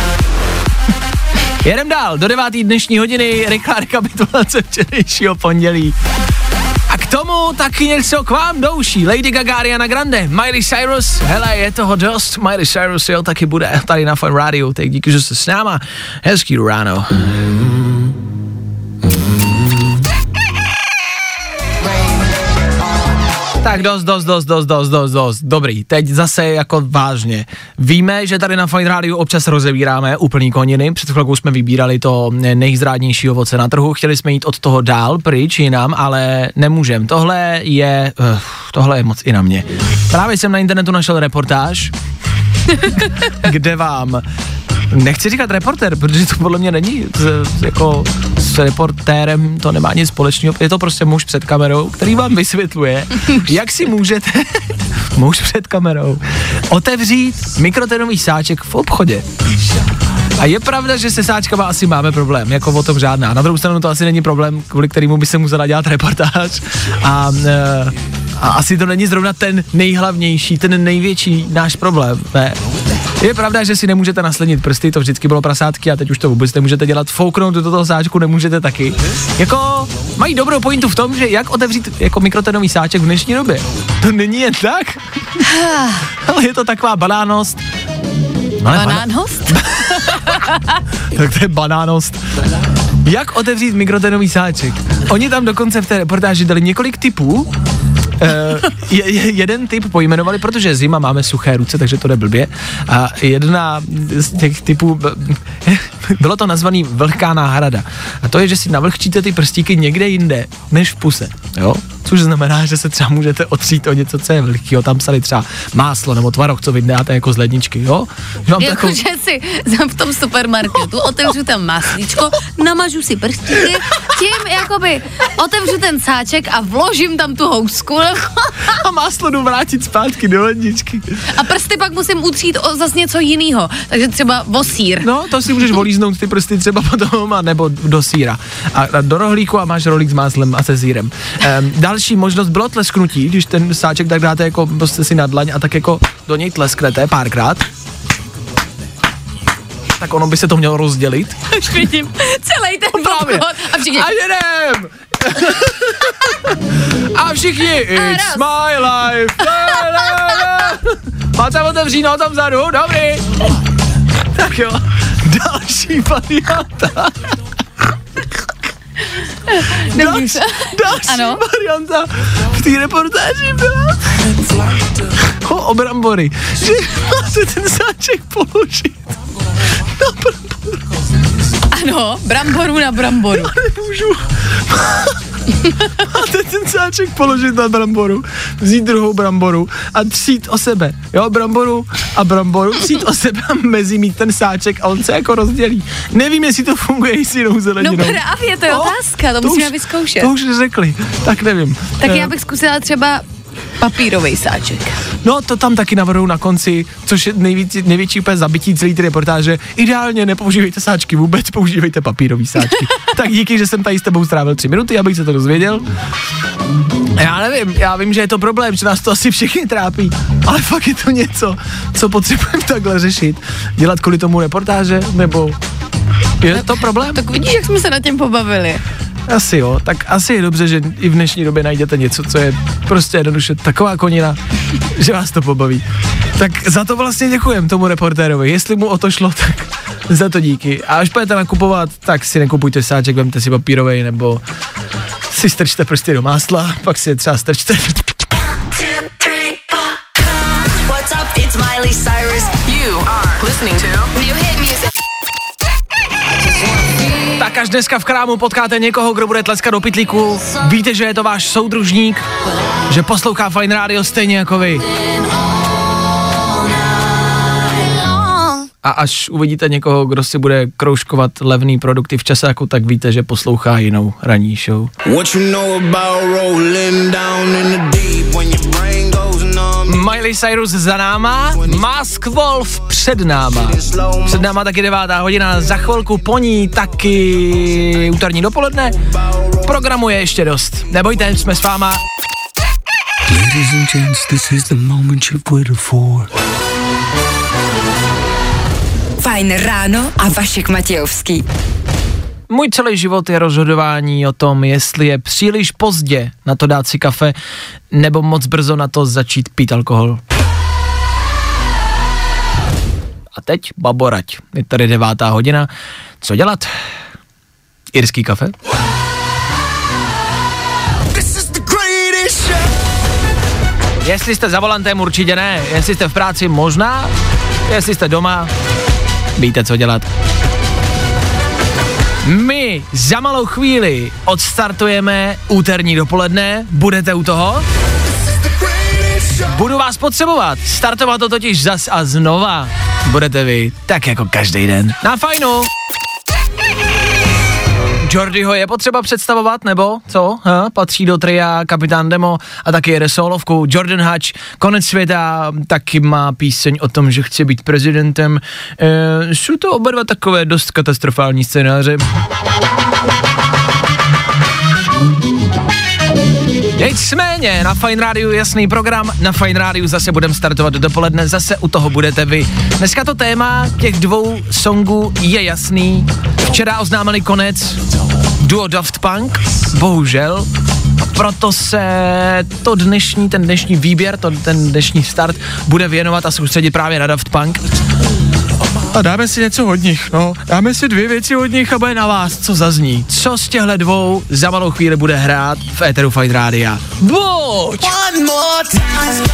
C: Jedem dál, do devátý dnešní hodiny, rychlá rekapitulace včerejšího pondělí. A k tomu taky něco k vám douší. Lady Gaga, Ariana Grande, Miley Cyrus, hele, je toho dost. Miley Cyrus, jo, taky bude tady na Fun Radio, tak díky, že jste s náma. Hezký ráno. Tak dost, dost, dost, dost, dost, dost, dost, dobrý, teď zase jako vážně. Víme, že tady na Fajn Rádiu občas rozebíráme úplný koniny, před chvilkou jsme vybírali to nejzrádnější ovoce na trhu, chtěli jsme jít od toho dál, pryč jinam, ale nemůžem, tohle je, uh, tohle je moc i na mě. Právě jsem na internetu našel reportáž, kde vám, nechci říkat reportér, protože to podle mě není, z, jako s reportérem to nemá nic společného, je to prostě muž před kamerou, který vám vysvětluje, jak si můžete, muž před kamerou, otevřít mikrotenový sáček v obchodě. A je pravda, že se sáčkama asi máme problém, jako o tom žádná. Na druhou stranu to asi není problém, kvůli kterému by se musela dělat reportáž. A, a asi to není zrovna ten nejhlavnější, ten největší náš problém, ne? Je pravda, že si nemůžete naslednit prsty, to vždycky bylo prasátky a teď už to vůbec nemůžete dělat, fouknout do toho sáčku nemůžete taky. Jako mají dobrou pointu v tom, že jak otevřít jako mikrotenový sáček v dnešní době. To není jen tak, ale je to taková banánost.
D: Banánost?
C: Tak to je banánost. Jak otevřít mikrotenový sáček? Oni tam dokonce v té reportáži dali několik tipů. Uh, je, je, jeden typ pojmenovali, protože zima, máme suché ruce, takže to jde blbě. A jedna z těch typů, bylo to nazvaný vlhká náhrada. A to je, že si navlhčíte ty prstíky někde jinde, než v puse, jo? Což znamená, že se třeba můžete otřít o něco, co je vlhkýho, tam psali třeba máslo nebo tvaroh, co vy dáte jako z ledničky, jo?
D: Jako, takovou... že si v tom supermarketu otevřu tam maslíčko, namažu si prstíky, tím jakoby otevřu ten sáček a vložím tam tu housku.
C: A máslo jdu vrátit zpátky do ledničky.
D: A prsty pak musím utřít o zase něco jiného, takže třeba o sýr.
C: No, to si můžeš volíznout ty prsty třeba potom, a nebo do sýra. A, a do rohlíku a máš rohlík s máslem a se sýrem. Ehm, další možnost bylo tlesknutí, když ten sáček tak dáte jako prostě si na dlaň a tak jako do něj tlesknete párkrát. Tak ono by se to mělo rozdělit.
D: Už vidím celý ten obchod a všichni.
C: A jedem! A všichni, it's my life. La, la, la. Máte otevří, no tam vzadu, dobrý. Tak jo, další varianta. Další, další ano. varianta v té reportáži byla o, o brambory, že máte ten sáček položit na bramboru.
D: Ano, bramboru na bramboru.
C: Já nemůžu. Máte ten sáček položit na bramboru, vzít druhou bramboru a třít o sebe, jo, bramboru a bramboru, třít o sebe a mezi mít ten sáček a on se jako rozdělí. Nevím, jestli to funguje i s jinou zeleninou.
D: No právě, to je no, otázka, to, to musíme už, vyzkoušet.
C: To už řekli, tak nevím.
D: Tak já bych zkusila třeba papírový sáček.
C: No, to tam taky navrhuji na konci, což je nejvíc, největší úplně zabití celý ty reportáže. Ideálně nepoužívejte sáčky vůbec, používejte papírový sáčky. Tak díky, že jsem tady s tebou strávil tři minuty, abych se to dozvěděl. Já nevím, já vím, že je to problém, že nás to asi všichni trápí, ale fakt je to něco, co potřebujeme takhle řešit. Dělat kvůli tomu reportáže, nebo je to problém?
D: Tak vidíš, jak jsme se nad tím pobavili.
C: Asi jo, tak asi je dobře, že i v dnešní době najdete něco, co je prostě jednoduše taková konina, že vás to pobaví. Tak za to vlastně děkujem tomu reportérovi, jestli mu o to šlo, tak za to díky. A až budete nakupovat, tak si nekupujte sáček, vemte si papírovej, nebo si strčte prsty do másla, pak si je třeba strčte.
B: What's up, it's Miley Cyrus. You are listening to New Hit Music.
C: Tak až dneska v krámu potkáte někoho, kdo bude tleskat do pytlíku, víte, že je to váš soudružník, že poslouchá Fajn Rádio stejně jako vy. A až uvidíte někoho, kdo si bude kroužkovat levný produkty v časáku, tak víte, že poslouchá jinou ranní show. Miley Cyrus za náma, Mask Wolf před náma. Před náma taky devátá hodina, za chvilku po ní taky úterní dopoledne. Programu je ještě dost. Nebojte, jsme s váma.
B: Ladies and gents, this is the moment you've waited for.
A: Fajn ráno a Vašek Matějovský.
C: Můj celý život je rozhodování o tom, jestli je příliš pozdě na to dát si kafe, nebo moc brzo na to začít pít alkohol. A teď baborať. Je tady devátá hodina. Co dělat? Irský kafe? Jestli jste za volantem, určitě ne. Jestli jste v práci, možná. Jestli jste doma, víte, co dělat. My za malou chvíli odstartujeme úterní dopoledne. Budete u toho? Budu vás potřebovat. Startovat to totiž zas a znova. Budete vy, tak jako každý den. Na fajnu. Jordyho je potřeba představovat, nebo co? Ha? Patří do tria Kapitán Demo a taky jede solovku. Jordan Hutch, Konec světa, taky má píseň o tom, že chce být prezidentem. E, jsou to oba dva takové dost katastrofální scénáře. Nicméně na Fajn rádiu jasný program, na Fajn rádiu zase budeme startovat dopoledne, zase u toho budete vy. Dneska to téma těch dvou songů je jasný. Včera oznámili konec duo Daft Punk, bohužel, proto se to dnešní, ten dnešní výběr, to, ten dnešní start bude věnovat a soustředit právě na Daft Punk. A dáme si něco od nich, no. Dáme si dvě věci od nich a bude na vás, co zazní. Co z těchto dvou za malou chvíli bude hrát v éteru Fajn rádia. Buď! One more time,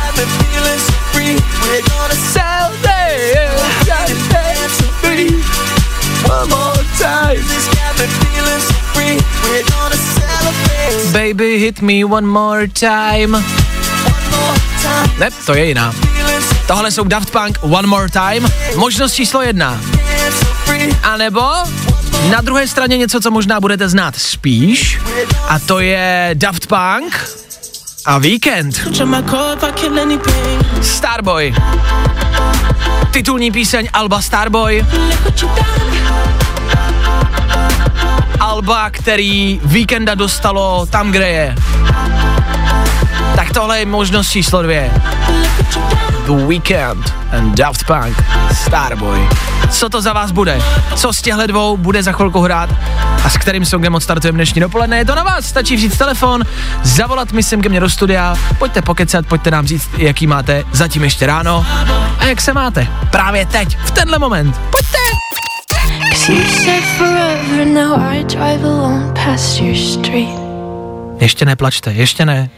C: baby, hit me one more time. Ne, to je jiná. Tohle jsou Daft Punk, One More Time, možnost číslo jedna. A nebo na druhé straně něco, co možná budete znát spíš, a to je Daft Punk a Weekend. Starboy. Titulní píseň alba Starboy. Alba, který Weekenda dostalo tam, kde je. Tak tohle je možnost číslo dvě. The Weekend and Daft Punk, Starboy. Co to za vás bude? Co z těchto dvou bude za chvilku hrát? A s kterým songem odstartujeme dnešní dopoledne? Je to na vás, stačí vzít telefon, zavolat mi sem ke mně do studia, pojďte pokecat, pojďte nám říct, jaký máte zatím ještě ráno a jak se máte právě teď, v tenhle moment. Pojďte! Ještě neplačte, ještě ne.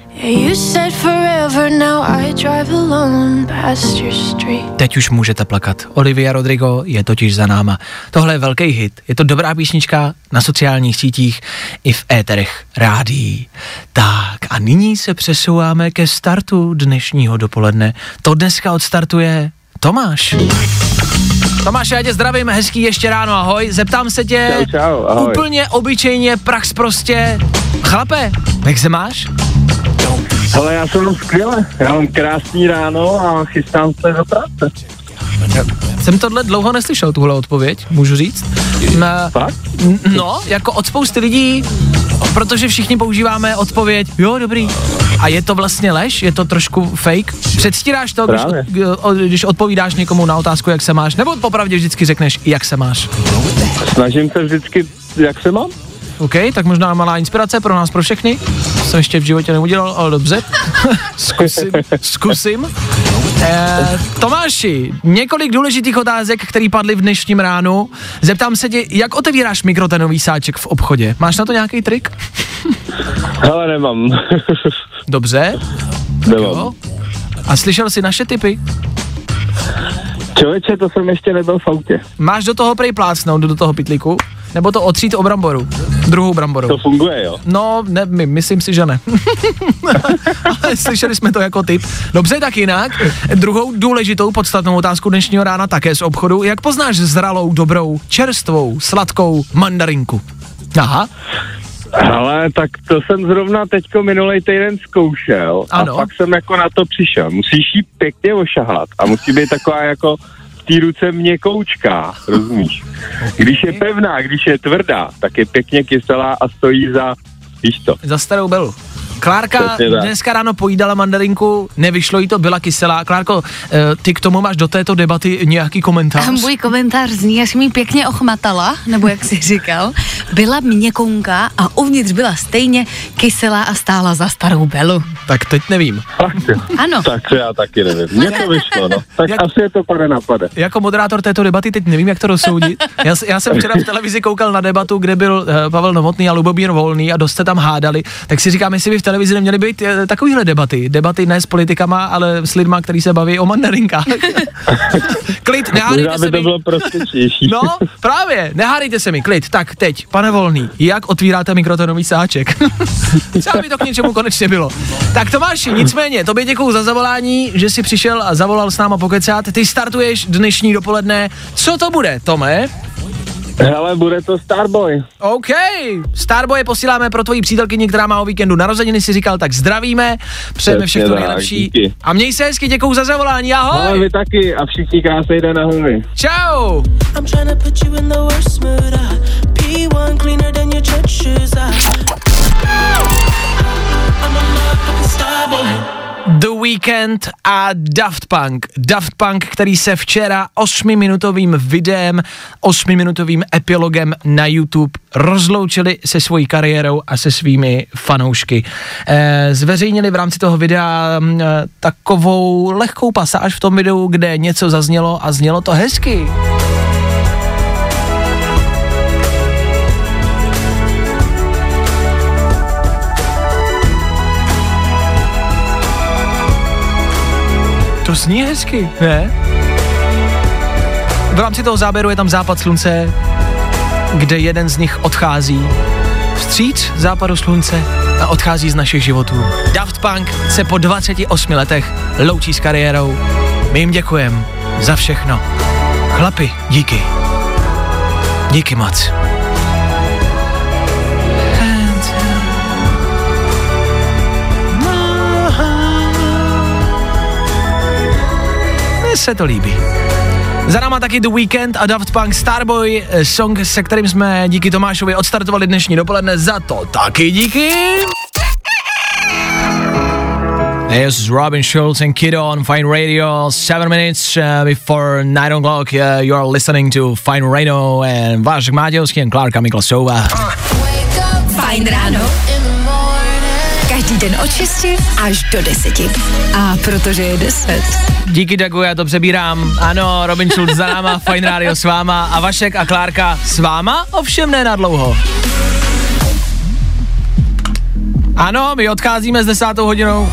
C: Teď už můžete plakat. Olivia Rodrigo je totiž za náma. Tohle je velký hit. Je to dobrá písnička na sociálních sítích i v éterech rádií. Tak a nyní se přesouváme ke startu dnešního dopoledne. To dneska odstartuje Tomáš. Tomáš, já tě zdravím, hezký ještě ráno, ahoj. Zeptám se tě
H: čau, čau, ahoj.
C: Úplně obyčejně, prax prostě. Chlape, jak se máš?
H: Hele, já jsem skvěle, já mám krásný ráno a chystám se do práce.
C: Jsem tohle dlouho neslyšel, tuhle odpověď, můžu říct.
H: Fakt?
C: No, jako od spousty lidí, protože všichni používáme odpověď, jo, dobrý. A je to vlastně lež? Je to trošku fake? Předstíráš to, když, když odpovídáš někomu na otázku, jak se máš? Nebo popravdě vždycky řekneš, jak se máš?
H: Snažím se vždycky, jak se mám.
C: OK, tak možná malá inspirace pro nás, pro všechny. To jsem ještě v životě neudělal, ale dobře. zkusím, zkusím. Eh, Tomáši, několik důležitých otázek, které padly v dnešním ránu. Zeptám se tě, jak otevíráš mikrotenový sáček v obchodě? Máš na to nějaký trik?
H: Hele, nemám.
C: Dobře.
H: Nemám.
C: A slyšel jsi naše tipy?
H: Člověče, to jsem ještě nebyl v autě.
C: Máš do toho prej plácnout, do toho pytlíku? Nebo to otřít o bramboru? Druhou bramboru.
H: To funguje, jo?
C: No, ne, my, myslím si, že ne. Ale slyšeli jsme to jako tip. Dobře, tak jinak. Druhou důležitou podstatnou otázku dnešního rána také z obchodu. Jak poznáš zralou, dobrou, čerstvou, sladkou mandarinku? Aha.
H: Ale tak to jsem zrovna teďko minulej týden zkoušel
C: ano.
H: A pak jsem jako na to přišel. Musíš jí pěkně ošahat a musí být taková jako v té ruce měkoučká, rozumíš? Okay. Když je pevná, když je tvrdá, tak je pěkně kyselá a stojí za, víš to.
C: Za starou Belu. Klárka dneska ráno pojídala mandarinku, nevyšlo jí to, byla kyselá. Klárko, ty k tomu máš do této debaty nějaký komentář?
D: A můj komentář zní, já jsem jí pěkně ochmatala, nebo jak jsi říkal, byla měkonka a uvnitř byla stejně kyselá a stála za starou Belu.
C: Tak teď nevím.
D: Ano.
H: Tak to já taky nevím. Mně to vyšlo, no. Tak jak, asi je to pade na pade.
C: Jako moderátor této debaty teď nevím, jak to rozsoudit. Já, já jsem včera v televizi koukal na debatu, kde byl uh, Pavel Novotný a Lubomír Volný a dost se tam hádali, tak si říkám, jestli by v televizi neměly být uh, takovýhle debaty. Debaty ne s politikama, ale s lidma, kteří se baví o mandarinkách. Klid, nehádejte se mi.
H: to bylo prostičnější.
C: No, právě, nehádejte se mi, klid. Tak teď, pane Volný, jak otvíráte mikrotonový sáček? Třeba by to k něčemu konečně bylo. Tak Tomáši, nicméně, tobě děkuju za zavolání, že jsi přišel a zavolal s náma pokecát. Ty startuješ dnešní dopoledne. Co to bude, Tome?
H: Hele, bude to Starboy.
C: OK, Starboye posíláme pro tvoji přítelkyni, která má o víkendu narozeniny, si říkal, tak zdravíme, přejeme všechno nejlepší. Díky. A měj se hezky, děkuju za zavolání, ahoj.
H: Ahoj, vy taky a všichni krásný den, ahoj.
C: Čau. The Weeknd a Daft Punk. Daft Punk, který se včera osmiminutovým videem, osmiminutovým epilogem na YouTube rozloučili se svojí kariérou a se svými fanoušky. E, zveřejnili v rámci toho videa e, takovou lehkou pasáž v tom videu, kde něco zaznělo a znělo to hezky. To zní hezky, ne? V rámci toho záběru je tam západ slunce, kde jeden z nich odchází vstříc západu slunce a odchází z našich životů. Daft Punk se po dvaceti osmi letech loučí s kariérou. My jim děkujeme za všechno. Chlapi, díky. Díky moc. Se to líbí. Za náma taky The Weeknd a Daft Punk Starboy, song, se kterým jsme díky Tomášovi odstartovali dnešní dopoledne, za to taky díky. Yes, Robin Schulz and Kiddo on Fine Radio, seven minutes uh, before nine o'clock, uh, you are listening to Fine Radio and Vášek Mátějovský a Klárka Miklasová.
A: Fajn ráno. Každý den od šesti až do deseti. A protože je deset.
C: Díky Dagu, já to přebírám. Ano, Robin Schulz za náma, Fajn Radio s váma a Vašek a Klárka s váma, ovšem ne na dlouho. Ano, my odcházíme s desátou hodinou.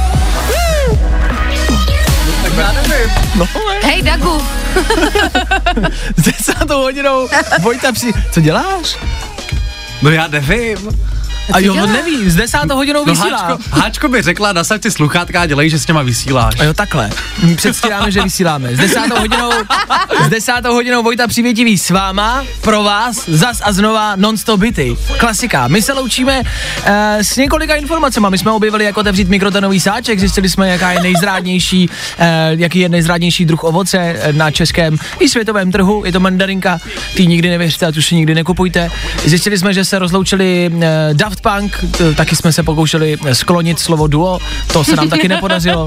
C: Tak já nevím. No,
D: hej Dagu.
C: S desátou hodinou Vojta při... Co děláš?
I: No já nevím.
C: A jo, on neví, s desátou hodinou
I: no,
C: vysílá.
I: Háčko, Háčko by řekla, nasaď si sluchátka a dělej, že s těma vysíláš.
C: A jo, takhle. Předstíráme, že vysíláme. S desátou hodinou, s desátou hodinou Vojta Přivětivý s váma, pro vás, zas a znova non-stop hity. Klasika. My se loučíme uh, s několika informacemi. My jsme objevili, jak otevřít mikrotonový sáček, zjistili jsme, jaká je nejzrádnější, uh, jaký je nejzrádnější druh ovoce na českém i světovém trhu. Je to mandarinka, ty nikdy nevěřte a tu si nikdy nekupujte. Zjistili jsme, že se rozloučili uh, Daft Punk, taky jsme se pokoušeli sklonit slovo duo, to se nám taky nepodařilo.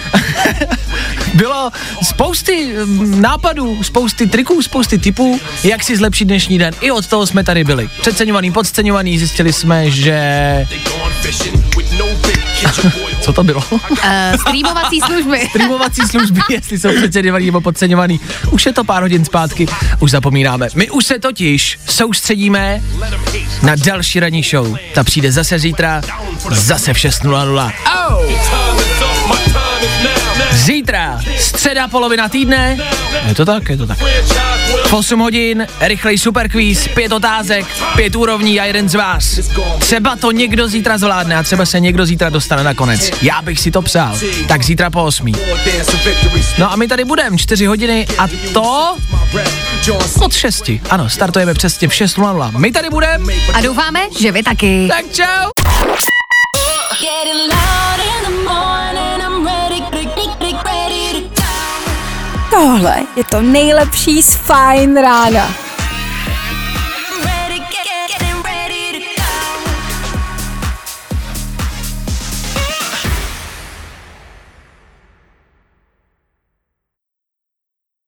C: Bylo spousty nápadů, spousty triků, spousty tipů, jak si zlepšit dnešní den. I od toho jsme tady byli. Přeceňovaný, podceňovaný, zjistili jsme, že... Co to bylo?
D: Uh, streamovací služby.
C: Streamovací služby, jestli jsou přeceňovaný nebo podceňovaný. Už je to pár hodin zpátky, už zapomínáme. My už se totiž soustředíme na další ranní show. Ta přijde zase zítra, zase v šest nula nula. Oh! Zítra, středa, polovina týdne. Je to tak, je to tak. V osm hodin rychlej superkvíz, pět otázek, pět úrovní a jeden z vás. Třeba to někdo zítra zvládne a třeba se někdo zítra dostane na konec. Já bych si to přál. Tak zítra po osmí. No a my tady budeme čtyři hodiny a to od šesti. Ano, startujeme přesně v šest nula nula. My tady budeme.
D: A doufáme, že vy taky.
C: Tak čau.
A: Tohle je to nejlepší z Fajn rána.